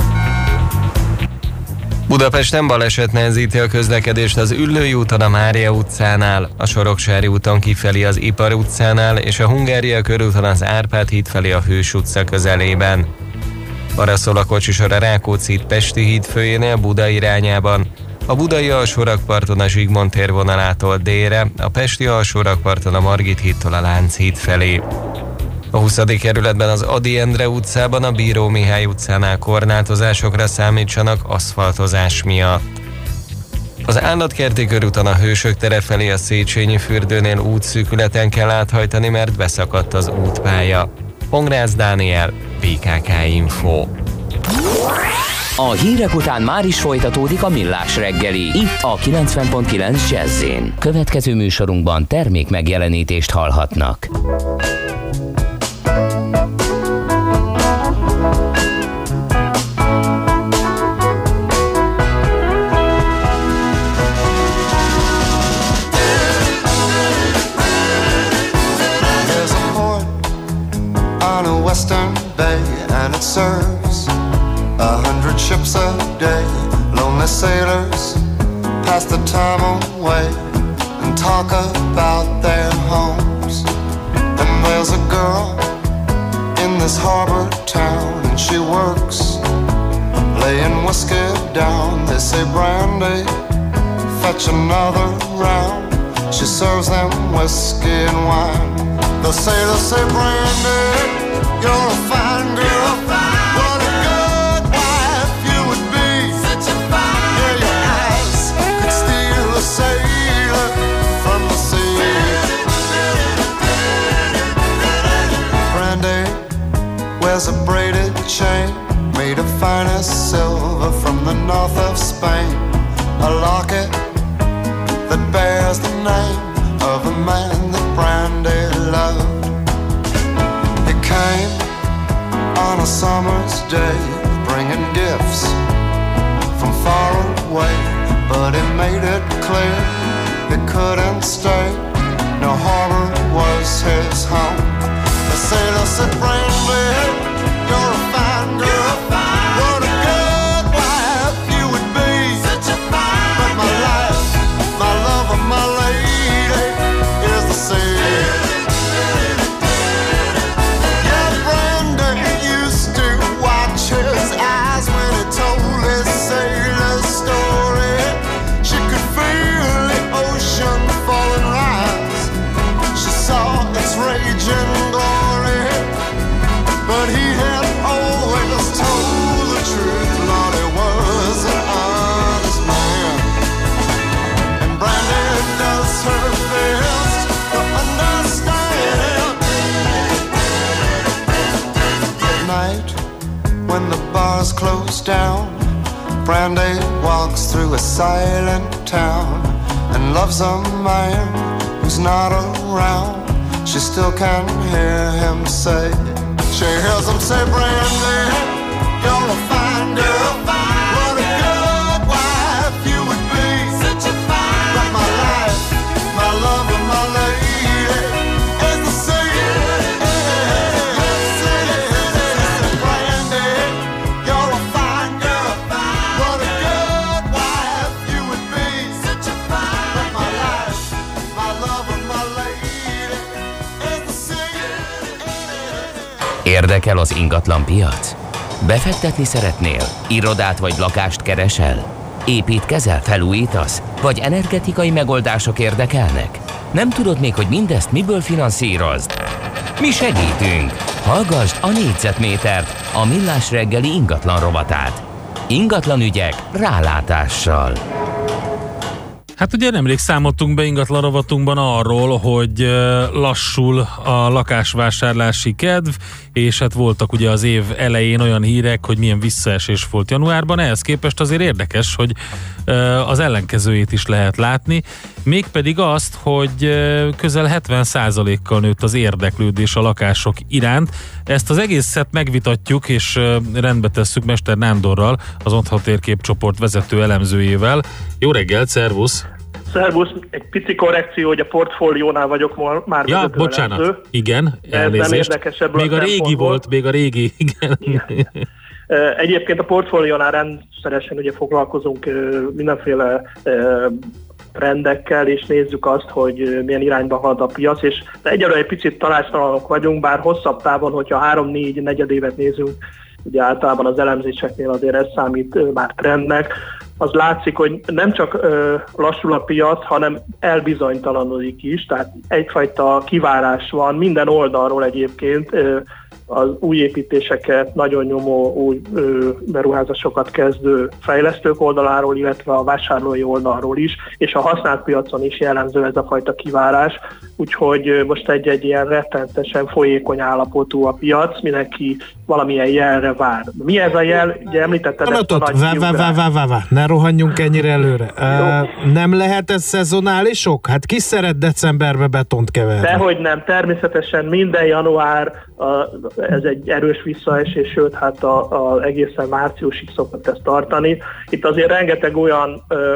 Budapesten baleset nehezíti a közlekedést az Üllői úton a Mária utcánál, a Soroksári úton kifelé az Ipar utcánál és a Hungária körúton az Árpád híd felé a Hős utca közelében. Arra szól a kocsisor a Rákóczi Pesti híd főjénél Buda irányában, a budai alsórakparton a Zsigmond tér vonalától délre, a pesti alsórakparton a Margit hídtól a Lánchíd felé. A huszadik kerületben az Ady Endre utcában a Bíró Mihály utcánál korlátozásokra számítsanak aszfaltozás miatt. Az Állatkerti körúton a Hősök tere felé a Széchenyi fürdőnél útszűkületen kell áthajtani, mert beszakadt az útpálya. Pongrácz Dániel, bé ká ká Info. A hírek után már is folytatódik a Millás reggeli, itt a kilencven pont kilenc Jazz-in. Következő műsorunkban termék megjelenítést hallhatnak. Western Bay, and it serves a hundred ships a day. Lonely sailors pass the time away and talk about their homes. And there's a girl in this harbor town, and she works laying whiskey down. They say, Brandy, fetch another round. She serves them whiskey and wine. The sailors say, Brandy, you're a fine girl, what a good wife you would be. Such a fine yeah, your eyes could steal a sailor from the sea. Brandy wears a braided chain made of finest silver from the north of Spain. A locket that bears the name of a man that Brandy loved. Came on a summer's day, bringing gifts from far away, but he made it clear he couldn't stay. No harbor was his home. The sailor said, Brandy, night when the bars close down, Brandy walks through a silent town and loves a man who's not around. She still can hear him say, she hears him say, Brandy, you're a fine girl, what a good wife you would be, such a fine, but my life, my love and my lady is the sea. Brandy, you're a fine girl, what a good wife you would be, such a fine, but my life, my love and my lady is the sea. Érdekel az ingatlan piac? Befektetni szeretnél? Irodát vagy lakást keresel? Építkezel, felújítasz? Vagy energetikai megoldások érdekelnek? Nem tudod még, hogy mindezt miből finanszírozd? Mi segítünk! Hallgasd a négyzetmétert, a Millás reggeli ingatlan rovatát. Ingatlan ügyek rálátással. Hát ugye nemrég számoltunk be ingatlan rovatunkban arról, hogy lassul a lakásvásárlási kedv, és hát voltak ugye az év elején olyan hírek, hogy milyen visszaesés volt januárban, ehhez képest azért érdekes, hogy az ellenkezőjét is lehet látni, mégpedig azt, hogy közel hetven százalékkal nőtt az érdeklődés a lakások iránt. Ezt az egészet megvitatjuk, és rendbe tesszük Mester Nándorral, az Otthon Térképcsoport vezető elemzőjével. Jó reggelt, szervusz! Szervusz, egy pici korrekció, hogy a portfóliónál vagyok már ja, vezető bocsánat, elemző. Igen, elnézést. Még a, a régi volt, még a régi, igen. igen. Egyébként a portfóliónál rendszeresen ugye foglalkozunk mindenféle trendekkel, és nézzük azt, hogy milyen irányba halad a piac, és egyelőre egy picit tanácstalanok vagyunk, bár hosszabb távon, hogyha három-négy negyedévet nézünk, ugye általában az elemzéseknél azért ez számít már trendnek, az látszik, hogy nem csak ö, lassul a piac, hanem elbizonytalanodik is, tehát egyfajta kivárás van minden oldalról egyébként, ö, az új építéseket, nagyon nyomó új ö, beruházásokat kezdő fejlesztők oldaláról, illetve a vásárlói oldalról is, és a használt piacon is jellemző ez a fajta kivárás, úgyhogy ö, most egy-egy ilyen rettentesen folyékony állapotú a piac, mindenki valamilyen jelre vár. Mi ez a jel? Ugye említetted ezt a nagy vá, vá, vá, vá, vá, vá. Ne rohanjunk ennyire előre. Uh, nem lehet ez szezonálisok? Hát ki szeret decemberbe betont keverni? Dehogy nem, természetesen minden január a, ez egy erős visszaesés, sőt, hát a, a egészen márciusig szokott ezt tartani. Itt azért rengeteg olyan ö,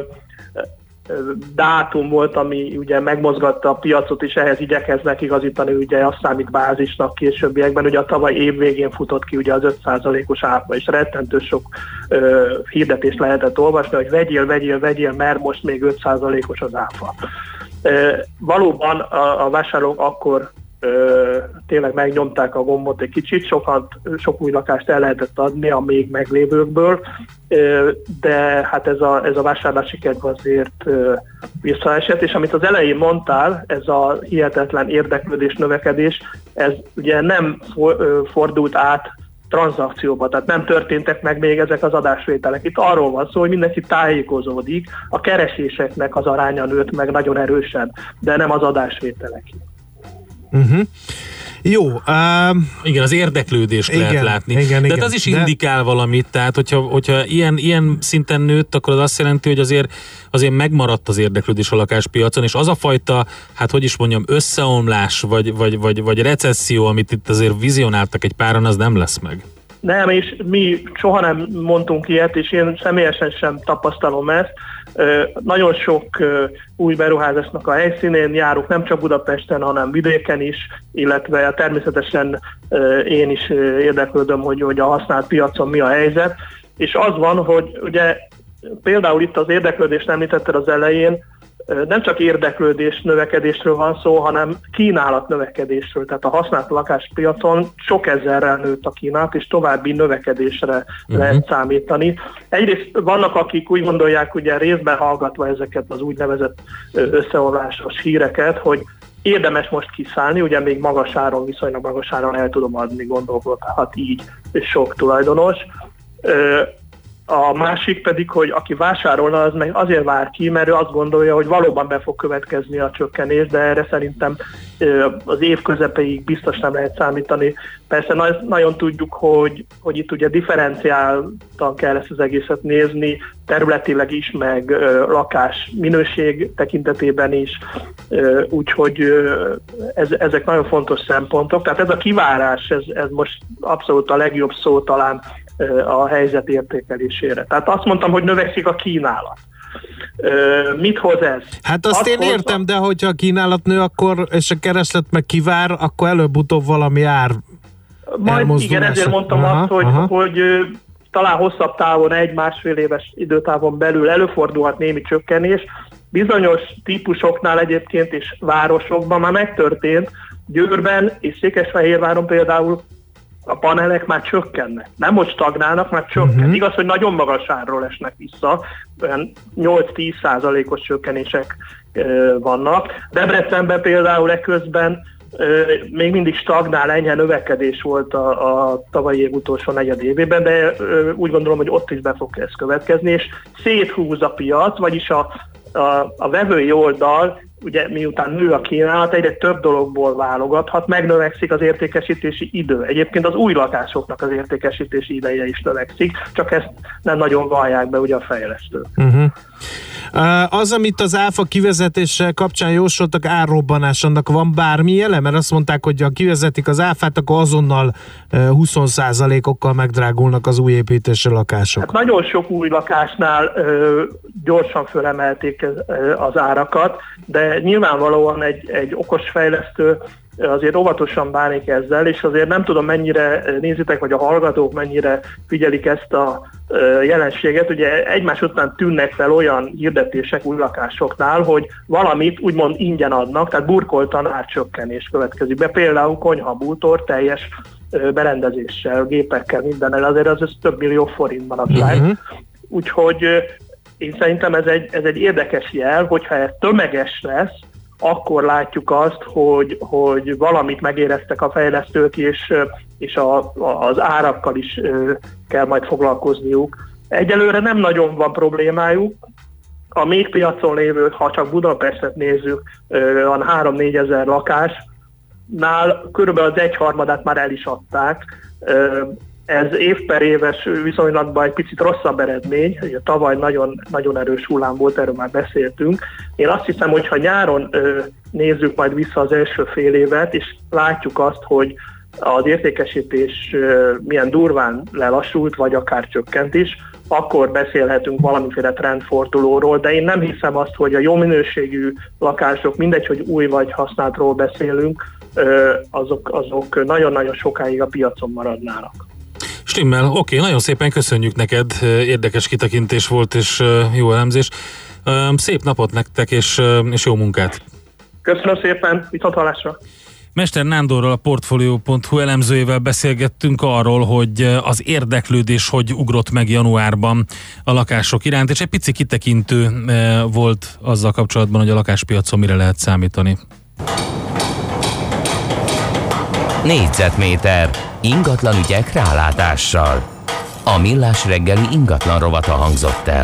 dátum volt, ami ugye megmozgatta a piacot, és ehhez igyekeznek igazítani, ugye azt számít bázisnak későbbiekben, ugye a tavaly év végén futott ki ugye az öt százalékos áfa, és rettentő sok ö, hirdetést lehetett olvasni, hogy vegyél, vegyél, vegyél, mert most még öt százalékos az áfa. Ö, valóban a, a vásárlók akkor Ö, tényleg megnyomták a gombot egy kicsit, sokat, sok új lakást el lehetett adni a még meglévőkből, ö, de hát ez a, ez a vásárlási kedv azért ö, visszaesett, és amit az elején mondtál, ez a hihetetlen érdeklődés, növekedés, ez ugye nem for, ö, fordult át tranzakcióba, tehát nem történtek meg még ezek az adásvételek. Itt arról van szó, hogy mindenki tájékozódik, a kereséseknek az aránya nőtt meg nagyon erősen, de nem az adásvételek. Uh-huh. Jó. Um, igen, az érdeklődést igen, lehet látni. Igen, de igen, az is de... indikál valamit, tehát hogyha, hogyha ilyen, ilyen szinten nőtt, akkor az azt jelenti, hogy azért, azért megmaradt az érdeklődés a lakáspiacon, és az a fajta, hát hogy is mondjam, összeomlás, vagy, vagy, vagy, vagy recesszió, amit itt azért vizionáltak egy páran, az nem lesz meg. Nem, és mi soha nem mondtunk ilyet, és én személyesen sem tapasztalom ezt. Nagyon sok új beruházásnak a helyszínén járok, nem csak Budapesten, hanem vidéken is, illetve természetesen én is érdeklődöm, hogy, hogy a használt piacon mi a helyzet. És az van, hogy ugye például itt az érdeklődést említetted az elején, nem csak érdeklődés növekedésről van szó, hanem kínálat növekedésről. Tehát a használt lakáspiacon sok ezerrel nőtt a kínálat, és további növekedésre uh-huh. lehet számítani. Egyrészt vannak, akik úgy gondolják, ugye részben hallgatva ezeket az úgynevezett összeolvásos híreket, hogy érdemes most kiszállni, ugye még magas áron, viszonylag magas áron el tudom adni, gondolkodhat így sok tulajdonos. A másik pedig, hogy aki vásárolna, az meg azért vár ki, mert ő azt gondolja, hogy valóban be fog következni a csökkenés, de erre szerintem az év közepéig biztos nem lehet számítani. Persze na- nagyon tudjuk, hogy, hogy itt ugye differenciáltan kell ezt az egészet nézni, területileg is, meg ö, lakás minőség tekintetében is, ö, úgyhogy ö, ez, ezek nagyon fontos szempontok. Tehát ez a kivárás, ez, ez most abszolút a legjobb szó talán ö, a helyzet értékelésére. Tehát azt mondtam, hogy növekszik a kínálat. Ö, mit hoz ez? Hát azt, azt én értem, de hogyha a kínálat nő, akkor, és a kereslet meg kivár, akkor előbb-utóbb valami ár Majd igen, ezért mondtam aha, azt, hogy, hogy ö, talán hosszabb távon, egy-másfél éves időtávon belül előfordulhat némi csökkenés. Bizonyos típusoknál egyébként és városokban már megtörtént. Győrben és Székesfehérváron például a panelek már csökkennek. Nem most stagnálnak, már csökken. Uh-huh. Igaz, hogy nagyon magas árról esnek vissza, olyan nyolc-tíz százalékos csökkenések ö, vannak. Debrecenben például eközben ö, még mindig stagnál, enyhe növekedés volt a, a tavalyi év utolsó negyed évében, de ö, úgy gondolom, hogy ott is be fog ez következni, és széthúz a piac, vagyis a, a, a vevői oldal, ugye miután nő a kínálat, egyre több dologból válogathat, megnövekszik az értékesítési idő. Egyébként az új lakásoknak az értékesítési ideje is növekszik, csak ezt nem nagyon vallják be ugye a fejlesztők. Uh-huh. Az, amit az áfa kivezetése kapcsán jósoltak, árrobbanás, annak van bármi jele? Mert azt mondták, hogy ha kivezetik az áfát, akkor azonnal húsz százalékokkal megdrágulnak az új építésű lakások. Hát nagyon sok új lakásnál ö, gyorsan fölemelték az árakat, de nyilvánvalóan egy, egy okos fejlesztő azért óvatosan bánik ezzel, és azért nem tudom, mennyire nézitek, vagy a hallgatók mennyire figyelik ezt a jelenséget. Ugye egymás után tűnnek fel olyan hirdetések új lakásoknál, hogy valamit úgymond ingyen adnak, tehát burkoltan árcsökkenés következik be. Például konyhabútor teljes berendezéssel, gépekkel, mindennel, azért az, az több millió forint manapság. Uh-huh. Úgyhogy én szerintem ez egy, ez egy érdekes jel, hogyha ez tömeges lesz, akkor látjuk azt, hogy, hogy valamit megéreztek a fejlesztők, és, és a, az árakkal is kell majd foglalkozniuk. Egyelőre nem nagyon van problémájuk. A még piacon lévő, ha csak Budapestet nézzük, van három-négy ezer lakásnál körülbelül az egyharmadát már el is adták. Ez év per éves viszonylatban egy picit rosszabb eredmény, ugye tavaly nagyon, nagyon erős hullám volt, erről már beszéltünk. Én azt hiszem, hogy ha nyáron ö, nézzük majd vissza az első fél évet, és látjuk azt, hogy az értékesítés ö, milyen durván lelassult, vagy akár csökkent is, akkor beszélhetünk valamiféle trendfordulóról, de én nem hiszem azt, hogy a jó minőségű lakások, mindegy, hogy új vagy használtról beszélünk, ö, azok, azok nagyon-nagyon sokáig a piacon maradnának. Stimmel, oké, nagyon szépen köszönjük neked, érdekes kitekintés volt és jó elemzés. Szép napot nektek és, és jó munkát! Köszönöm szépen, viszonthallásra! Mester Nándorral, a Portfolio pont hu elemzőjével beszélgettünk arról, hogy az érdeklődés hogy ugrott meg januárban a lakások iránt, és egy pici kitekintő volt azzal kapcsolatban, hogy a lakáspiacon mire lehet számítani. Négyzetméter ingatlan ügyek rálátással. A Millás reggeli ingatlan rovata hangzott el.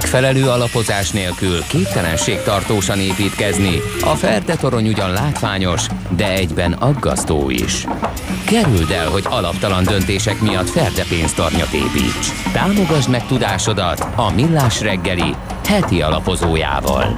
Megfelelő alapozás nélkül képtelenség tartósan építkezni. A Ferde torony ugyan látványos, de egyben aggasztó is. Kerüld el, hogy alaptalan döntések miatt Ferde pénztarnyat építs. Támogasd meg tudásodat a Millás reggeli heti alapozójával.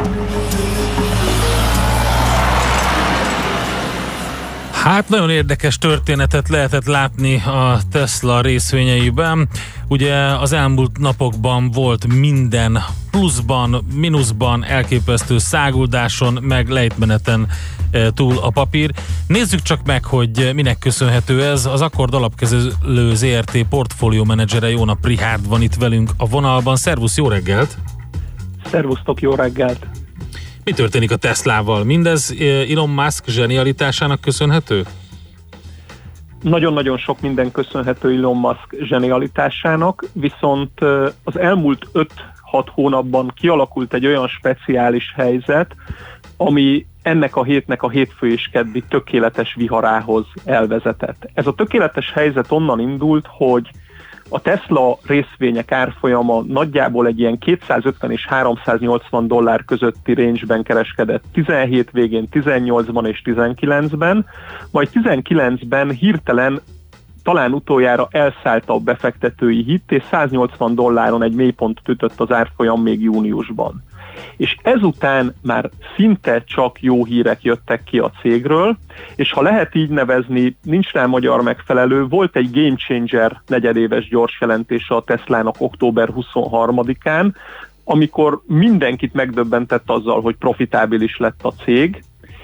Hát nagyon érdekes történetet lehetett látni a Tesla részvényeiben. Ugye az elmúlt napokban volt minden pluszban, mínuszban, elképesztő száguldáson, meg lejtmeneten e, túl a papír. Nézzük csak meg, hogy minek köszönhető ez. Az Akkord alapkezelő zé er té portfólió menedzsere Jóna Prihárd van itt velünk a vonalban. Szervusz, jó reggelt! Szervusztok, jó reggelt! Mi történik a Teslával? Mindez Elon Musk zsenialitásának köszönhető? Nagyon-nagyon sok minden köszönhető Elon Musk zsenialitásának, viszont az elmúlt öt-hat hónapban kialakult egy olyan speciális helyzet, ami ennek a hétnek a hétfő és keddi tökéletes viharához elvezetett. Ez a tökéletes helyzet onnan indult, hogy a Tesla részvények árfolyama nagyjából egy ilyen kétszázötven és háromszáznyolcvan dollár közötti range-ben kereskedett tizenhét végén, tizennyolcban és tizenkilencben, majd tizenkilencben hirtelen talán utoljára elszállta a befektetői hit, és száznyolcvan dolláron egy mélypontot ütött az árfolyam még júniusban. És ezután már szinte csak jó hírek jöttek ki a cégről, és ha lehet így nevezni, nincs rá magyar megfelelő, volt egy Game Changer negyedéves gyors jelentése a Teslának október huszonharmadikán, amikor mindenkit megdöbbentett azzal, hogy profitábilis lett a cég,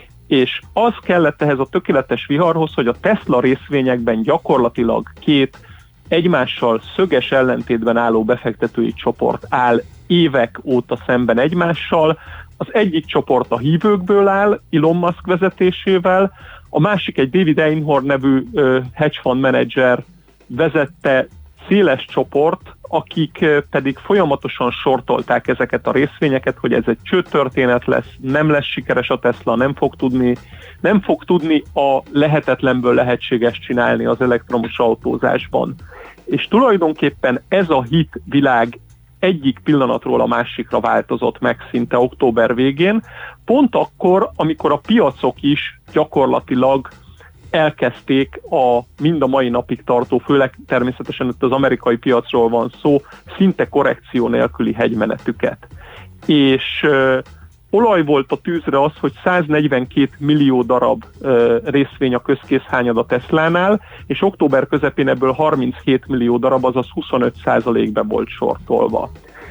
és az kellett ehhez a tökéletes viharhoz, hogy a Tesla részvényekben gyakorlatilag két egymással szöges ellentétben álló befektetői csoport áll évek óta szemben egymással. Az egyik csoport a hívőkből áll, Elon Musk vezetésével, a másik egy David Einhorn nevű uh, hedge fund menedzser vezette széles csoport, akik pedig folyamatosan sortolták ezeket a részvényeket, hogy ez egy csődtörténet lesz, nem lesz sikeres a Tesla, nem fog tudni, nem fog tudni a lehetetlenből lehetséges csinálni az elektromos autózásban. És tulajdonképpen ez a hit világ egyik pillanatról a másikra változott meg szinte október végén, pont akkor, amikor a piacok is gyakorlatilag elkezdték a mind a mai napig tartó, főleg természetesen itt az amerikai piacról van szó, szinte korrekció nélküli hegymenetüket. És ö, olaj volt a tűzre az, hogy száznegyvenkét millió darab ö, részvény a közkészhányad a Teslánál, és október közepén ebből harminchét millió darab, azaz huszonöt százalékbe volt sortolva.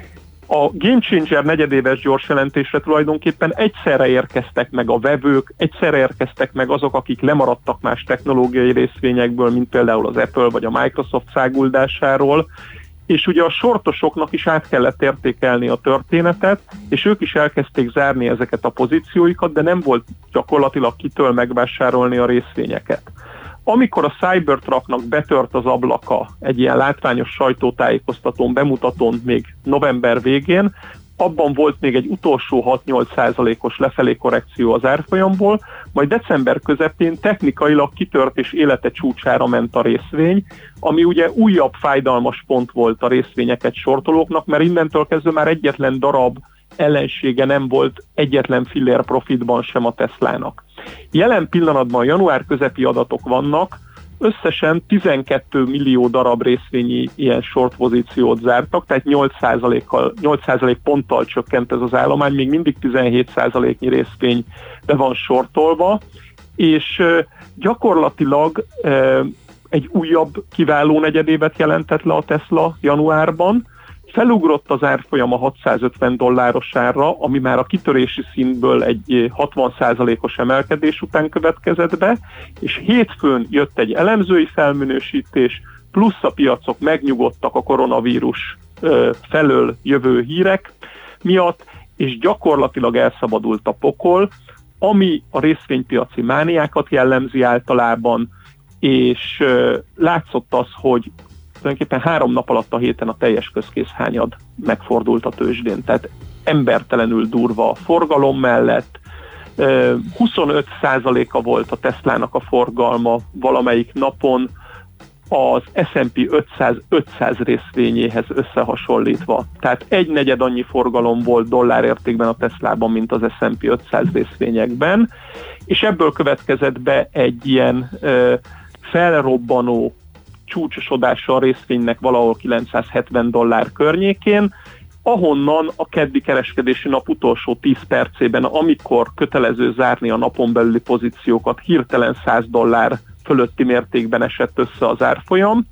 A Game Changer negyedéves gyors jelentésre tulajdonképpen egyszerre érkeztek meg a vevők, egyszerre érkeztek meg azok, akik lemaradtak más technológiai részvényekből, mint például az Apple vagy a Microsoft száguldásáról, és ugye a sortosoknak is át kellett értékelni a történetet, és ők is elkezdték zárni ezeket a pozícióikat, de nem volt gyakorlatilag kitől megvásárolni a részvényeket. Amikor a Cybertrucknak betört az ablaka egy ilyen látványos sajtótájékoztatón, bemutatón még november végén, abban volt még egy utolsó hat-nyolc százalékos lefelé korrekció az árfolyamból, majd december közepén technikailag kitört és élete csúcsára ment a részvény, ami ugye újabb fájdalmas pont volt a részvényeket sortolóknak, mert innentől kezdve már egyetlen darab ellensége nem volt egyetlen fillér profitban sem a Teslának. Jelen pillanatban január közepi adatok vannak, összesen tizenkét millió darab részvényi ilyen short pozíciót zártak, tehát nyolc százalékkal, nyolc százalék ponttal csökkent ez az állomány, még mindig tizenhét százaléknyi részvény be van sortolva, és gyakorlatilag egy újabb kiváló negyedévet jelentett le a Tesla januárban, felugrott az árfolyam a hatszázötven dollárosára, ami már a kitörési szintből egy hatvan százalékos emelkedés után következett be, és hétfőn jött egy elemzői felminősítés, plusz a piacok megnyugodtak a koronavírus felől jövő hírek miatt, és gyakorlatilag elszabadult a pokol, ami a részvénypiaci mániákat jellemzi általában, és látszott az, hogy tulajdonképpen három nap alatt a héten a teljes közkészhányad megfordult a tőzsdén, tehát embertelenül durva a forgalom mellett. huszonöt százaléka volt a Teslának a forgalma valamelyik napon, az es and pé ötszáz ötszáz részvényéhez összehasonlítva. Tehát egy negyed annyi forgalom volt dollárértékben a Teslában, mint az es and pé ötszáz részvényekben, és ebből következett be egy ilyen ö, felrobbanó csúcsosodása a részvénynek valahol kilencszázhetven dollár környékén, ahonnan a keddi kereskedési nap utolsó tíz percében, amikor kötelező zárni a napon belüli pozíciókat, hirtelen száz dollár fölötti mértékben esett össze az árfolyam,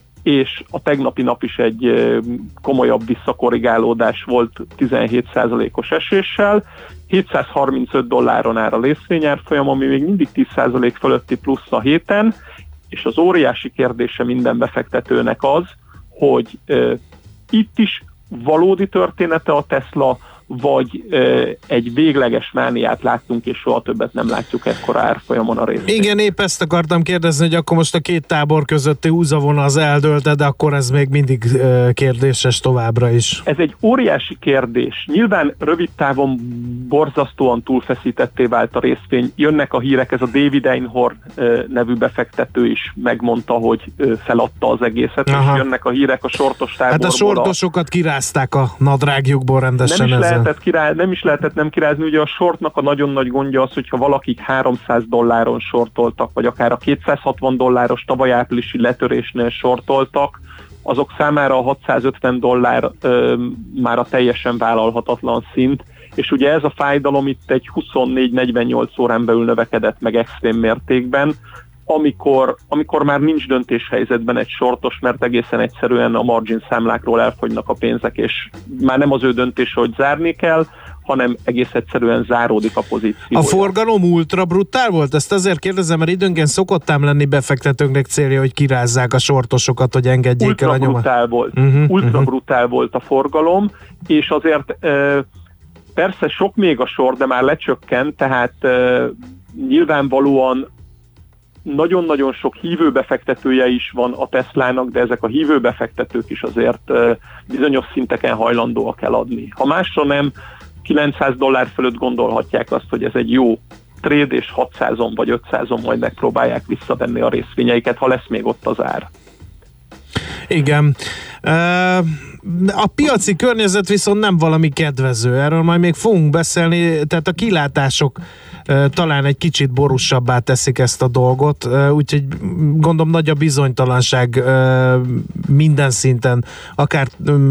és a tegnapi nap is egy komolyabb visszakorrigálódás volt tizenhét százalékos eséssel, hétszázharmincöt dolláron áll a részvényárfolyam, ami még mindig tíz százalék fölötti plusz a héten, és az óriási kérdése minden befektetőnek az, hogy uh, itt is valódi története a Tesla, vagy uh, egy végleges mániát láttunk, és soha többet nem látjuk ekkora árfolyamon a részvényt. Igen, épp ezt akartam kérdezni, hogy akkor most a két tábor közötti húzavona az eldőlt, de akkor ez még mindig uh, kérdéses továbbra is. Ez egy óriási kérdés. Nyilván rövid távon borzasztóan túlfeszítetté vált a részvény. Jönnek a hírek, ez a David Einhorn uh, nevű befektető is megmondta, hogy uh, feladta az egészet, Aha. és jönnek a hírek a sortos táborból. Hát a sortosokat kirázták a nadrágjukból rendesen nem is ezzel. Lehetett kirá... Nem is lehetett nem kirázni, ugye a shortnak a nagyon nagy gondja az, hogyha valakik háromszáz dolláron sortoltak, vagy akár a kétszázhatvan dolláros tavaly áprilisi letörésnél sortoltak, azok számára a hatszázötven dollár ö, már a teljesen vállalhatatlan szint, és ugye ez a fájdalom itt egy huszonnégy-negyvennyolc órán belül növekedett meg extrém mértékben, amikor, amikor már nincs döntéshelyzetben egy sortos, mert egészen egyszerűen a margin számlákról elfogynak a pénzek, és már nem az ő döntése, hogy zárni kell, hanem egész egyszerűen záródik a pozíció. A forgalom ultra brutál volt? Ezt azért kérdezem, mert időnként szokott ám lenni befektetőknek célja, hogy kirázzák a sortosokat, hogy engedjék ultra el a nyomat. Brutál volt. Uh-huh, ultra uh-huh. brutál volt a forgalom, és azért e, persze sok még a sor, de már lecsökkent, tehát e, nyilvánvalóan nagyon-nagyon sok hívőbefektetője is van a Teslának, de ezek a hívőbefektetők is azért uh, bizonyos szinteken hajlandóak eladni. Ha másra nem, kilencszáz dollár fölött gondolhatják azt, hogy ez egy jó trade, és hatszázon vagy ötszázon majd megpróbálják visszavenni a részvényeiket, ha lesz még ott az ár. Igen. A piaci környezet viszont nem valami kedvező, erről majd még fogunk beszélni, tehát a kilátások talán egy kicsit borúsabbá teszik ezt a dolgot, úgyhogy gondolom nagy a bizonytalanság minden szinten, akár,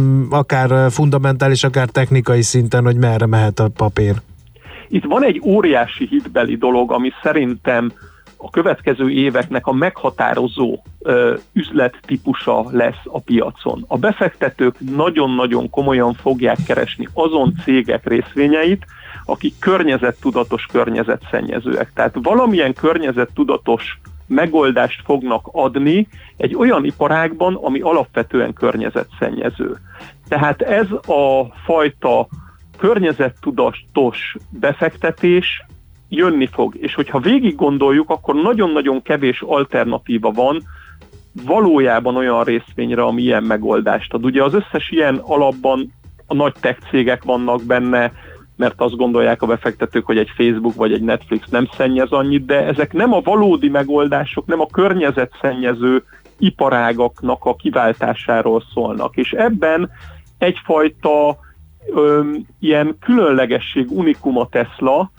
akár fundamentális, akár technikai szinten, hogy merre mehet a papír. Itt van egy óriási hitbeli dolog, ami szerintem a következő éveknek a meghatározó ö, üzlettípusa lesz a piacon. A befektetők nagyon-nagyon komolyan fogják keresni azon cégek részvényeit, akik környezettudatos, környezetszennyezőek. Tehát valamilyen környezettudatos megoldást fognak adni egy olyan iparágban, ami alapvetően környezetszennyező. Tehát ez a fajta környezettudatos befektetés jönni fog, és hogyha végig gondoljuk, akkor nagyon-nagyon kevés alternatíva van valójában olyan részvényre, ami ilyen megoldást ad. Ugye az összes ilyen alapban a nagy tech cégek vannak benne, mert azt gondolják a befektetők, hogy egy Facebook vagy egy Netflix nem szennyez annyit, de ezek nem a valódi megoldások, nem a környezetszennyező iparágaknak a kiváltásáról szólnak. És ebben egyfajta öm, ilyen különlegesség, unikum a Tesla,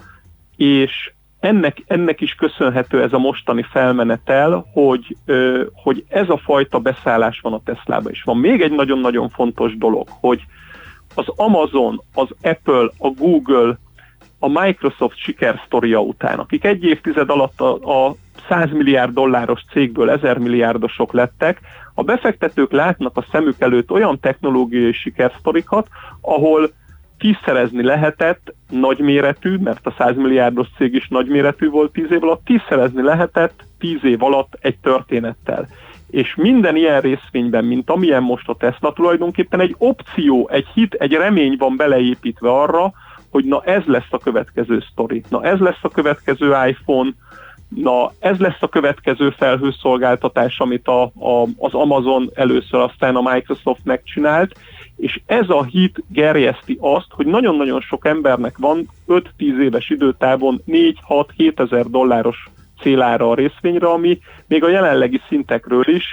és ennek, ennek is köszönhető ez a mostani felmenetel, hogy, ö, hogy ez a fajta beszállás van a Teslában is. Van még egy nagyon-nagyon fontos dolog, hogy az Amazon, az Apple, a Google, a Microsoft sikersztoria után, akik egy évtized alatt a, a száz milliárd dolláros cégből ezer milliárdosok lettek, a befektetők látnak a szemük előtt olyan technológiai sikersztorikat, ahol tízszerezni lehetett nagyméretű, mert a száz milliárdos cég is nagyméretű volt tíz év alatt, tízszerezni lehetett tíz év alatt egy történettel. És minden ilyen részvényben, mint amilyen most a Tesla, tulajdonképpen egy opció, egy hit, egy remény van beleépítve arra, hogy na ez lesz a következő sztori, na ez lesz a következő iPhone, na ez lesz a következő felhőszolgáltatás, amit a, a, az Amazon először, aztán a Microsoft megcsinált, és ez a hit gerjeszti azt, hogy nagyon-nagyon sok embernek van öt-tíz éves időtávon négy-hat-hét ezer dolláros célára a részvényre, ami még a jelenlegi szintekről is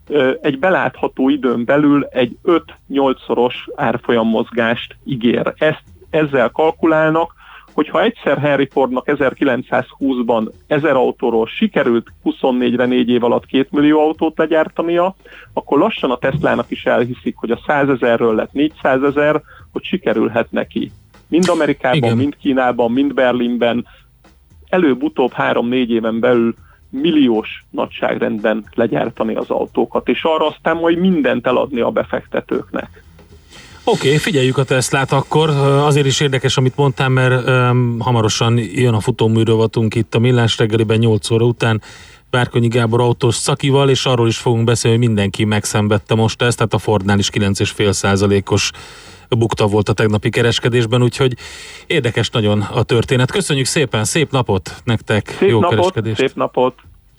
egy belátható időn belül egy öt-nyolcszoros árfolyam mozgást ígér. Ezt, ezzel kalkulálnak, hogyha egyszer Henry Fordnak ezerkilencszázhúszban ezer autóról sikerült huszonnégyre négy év alatt két millió autót legyártania, akkor lassan a Teslának is elhiszik, hogy a százezerről lett négyszázezer, hogy sikerülhet neki. Mind Amerikában, igen, mind Kínában, mind Berlinben előbb-utóbb három-négy éven belül milliós nagyságrendben legyártani az autókat, és arra aztán majd mindent eladni a befektetőknek. Oké, okay, figyeljük a Teslát akkor. Azért is érdekes, amit mondtál, mert um, hamarosan jön a futóműrovatunk itt a Millás reggeliben nyolc óra után Várkonyi Gábor autós szakival, és arról is fogunk beszélni, hogy mindenki megszenvedte most ezt, tehát a Fordnál is kilenc egész öt százalékos bukta volt a tegnapi kereskedésben, úgyhogy érdekes nagyon a történet. Köszönjük szépen, szép napot nektek, szép jó napot, kereskedést! Szép napot!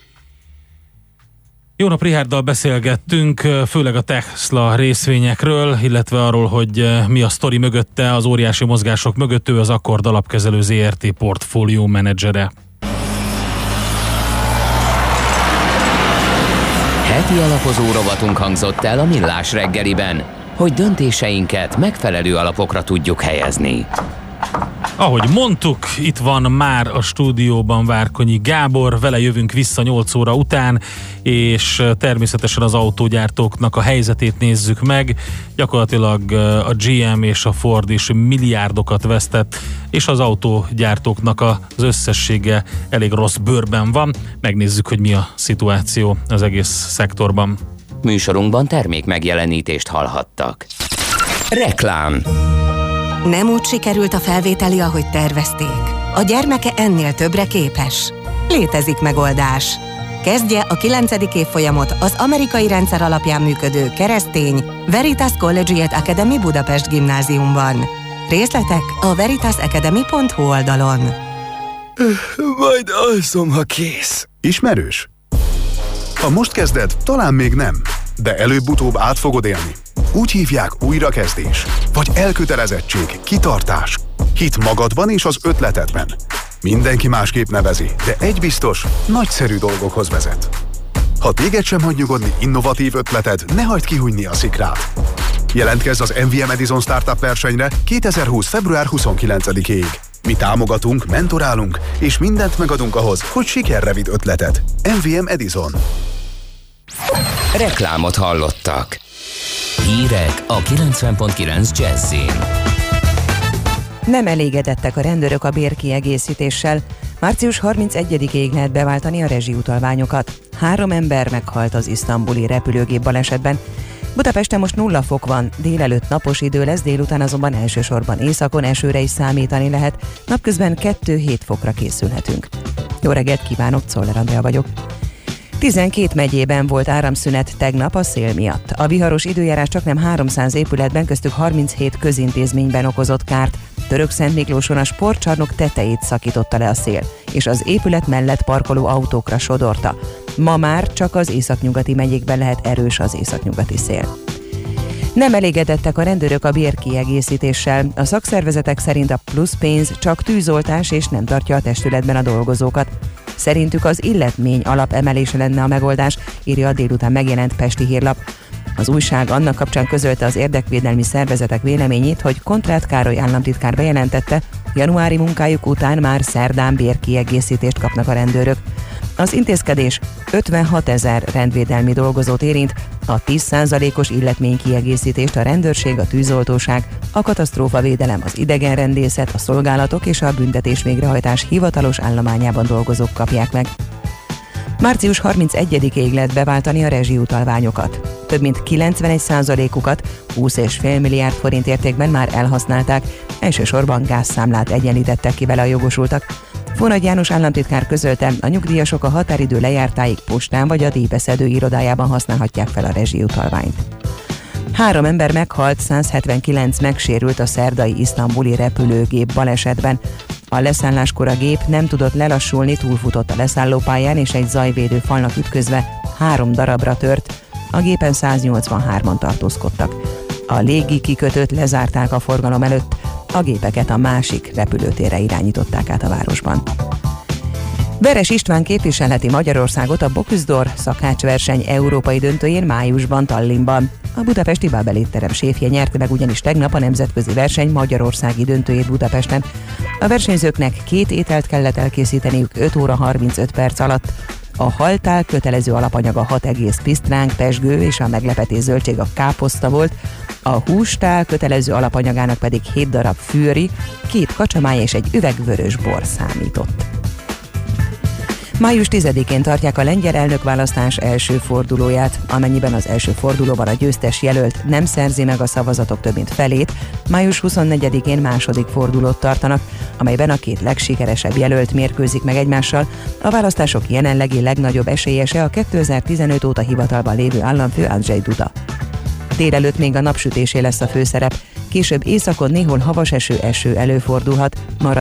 Jó nap, Richárddal beszélgettünk, főleg a Tesla részvényekről, illetve arról, hogy mi a sztori mögötte, az óriási mozgások mögött. Ő az Akkord Alapkezelő zé er té portfólió menedzsere. Heti alapozó rovatunk hangzott el a Millás reggeliben, hogy döntéseinket megfelelő alapokra tudjuk helyezni. Ahogy mondtuk, itt van már a stúdióban Várkonyi Gábor, vele jövünk vissza nyolc óra után, és természetesen az autógyártóknak a helyzetét nézzük meg. Gyakorlatilag a gé em és a Ford is milliárdokat vesztett, és az autógyártóknak az összessége elég rossz bőrben van. Megnézzük, hogy mi a szituáció az egész szektorban. Műsorunkban termék megjelenítést hallhattak. Reklám. Nem úgy sikerült a felvételi, ahogy tervezték. A gyermeke ennél többre képes. Létezik megoldás. Kezdje a kilencedik évfolyamot az amerikai rendszer alapján működő keresztény Veritas Collegiate Academy Budapest gimnáziumban. Részletek a veritas academy pont hu oldalon. Majd alszom, ha kész. Ismerős? Ha most kezded, talán még nem, de előbb-utóbb át fogod élni. Úgy hívják újrakezdés, vagy elkötelezettség, kitartás, hit magadban és az ötletedben. Mindenki másképp nevezi, de egy biztos, nagyszerű dolgokhoz vezet. Ha téged sem hagy nyugodni innovatív ötleted, ne hagyd kihújni a szikrát. Jelentkezz az em vé em Edison Startup versenyre kétezer-húsz február huszonkilencedikéig. Mi támogatunk, mentorálunk, és mindent megadunk ahhoz, hogy sikerre vidd ötleted. em vé em Edison. Reklámot hallottak. Hírek a kilencven pont kilenc Jazzin. Nem elégedettek a rendőrök a bérkiegészítéssel. március harmincegyedikéig lehet beváltani a rezsiutalványokat. Három ember meghalt az isztambuli repülőgép balesetben. Budapesten most nulla fok van, délelőtt napos idő lesz, délután azonban elsősorban északon esőre is számítani lehet, napközben kettő-hét fokra készülhetünk. Jó reggelt kívánok, Czoller Andrea vagyok. tizenkét megyében volt áramszünet tegnap a szél miatt. A viharos időjárás csaknem háromszáz épületben, köztük harminchét közintézményben okozott kárt. Törökszentmiklóson a sportcsarnok tetejét szakította le a szél, és az épület mellett parkoló autókra sodorta. Ma már csak az északnyugati megyékben lehet erős az északnyugati szél. Nem elégedettek a rendőrök a bérkiegészítéssel. A szakszervezetek szerint a plusz pénz csak tűzoltás és nem tartja a testületben a dolgozókat. Szerintük az illetmény alapemelése lenne a megoldás, írja a délután megjelent Pesti Hírlap. Az újság annak kapcsán közölte az érdekvédelmi szervezetek véleményét, hogy Kontrát Károly államtitkár bejelentette, januári munkájuk után már szerdán bérkiegészítést kapnak a rendőrök. Az intézkedés ötvenhatezer rendvédelmi dolgozót érint, a tíz százalékos illetménykiegészítést a rendőrség, a tűzoltóság, a katasztrófavédelem, az idegenrendészet, a szolgálatok és a büntetés végrehajtás hivatalos állományában dolgozók kapják meg. március harmincegyedikéig lehet beváltani a rezsiutalványokat. Több mint kilencvenegy százalékukat, húsz egész öt milliárd forint értékben már elhasználták, elsősorban gázszámlát egyenlítettek ki vele a jogosultak. Fonagy János államtitkár közölte, a nyugdíjasok a határidő lejártáig postán vagy a díjbeszedő irodájában használhatják fel a rezsiutalványt. Három ember meghalt, száz hetvenkilenc megsérült a szerdai isztambuli repülőgép balesetben. A leszálláskor a gép nem tudott lelassulni, túlfutott a leszállópályán és egy zajvédő falnak ütközve három darabra tört. A gépen száznyolcvanhárman tartózkodtak. A légi kikötőt lezárták a forgalom előtt, a gépeket a másik repülőtérre irányították át a városban. Veres István képviselheti Magyarországot a Bocuse d'Or szakácsverseny európai döntőjén májusban Tallinnban. A budapesti Babel étterem séfje nyerte meg ugyanis tegnap a nemzetközi verseny magyarországi döntőjét Budapesten. A versenyzőknek két ételt kellett elkészíteniük öt óra harmincöt perc alatt. A haltál kötelező alapanyaga hat egész pisztránk, pezsgő és a meglepetés zöldség a káposzta volt, a hústál kötelező alapanyagának pedig hét darab fűri, két kacsamáj és egy üveg vörös bor számított. május tizedikén tartják a lengyel elnökválasztás első fordulóját. Amennyiben az első fordulóban a győztes jelölt nem szerzi meg a szavazatok több mint felét, május huszonnegyedikén második fordulót tartanak, amelyben a két legsikeresebb jelölt mérkőzik meg egymással. A választások jelenlegi legnagyobb esélyese a kétezer-tizenöt óta hivatalban lévő államfő Andrzej Duda. Délelőtt még a napsütésé lesz a főszerep, később északon néhol havas eső, eső előfordulhat,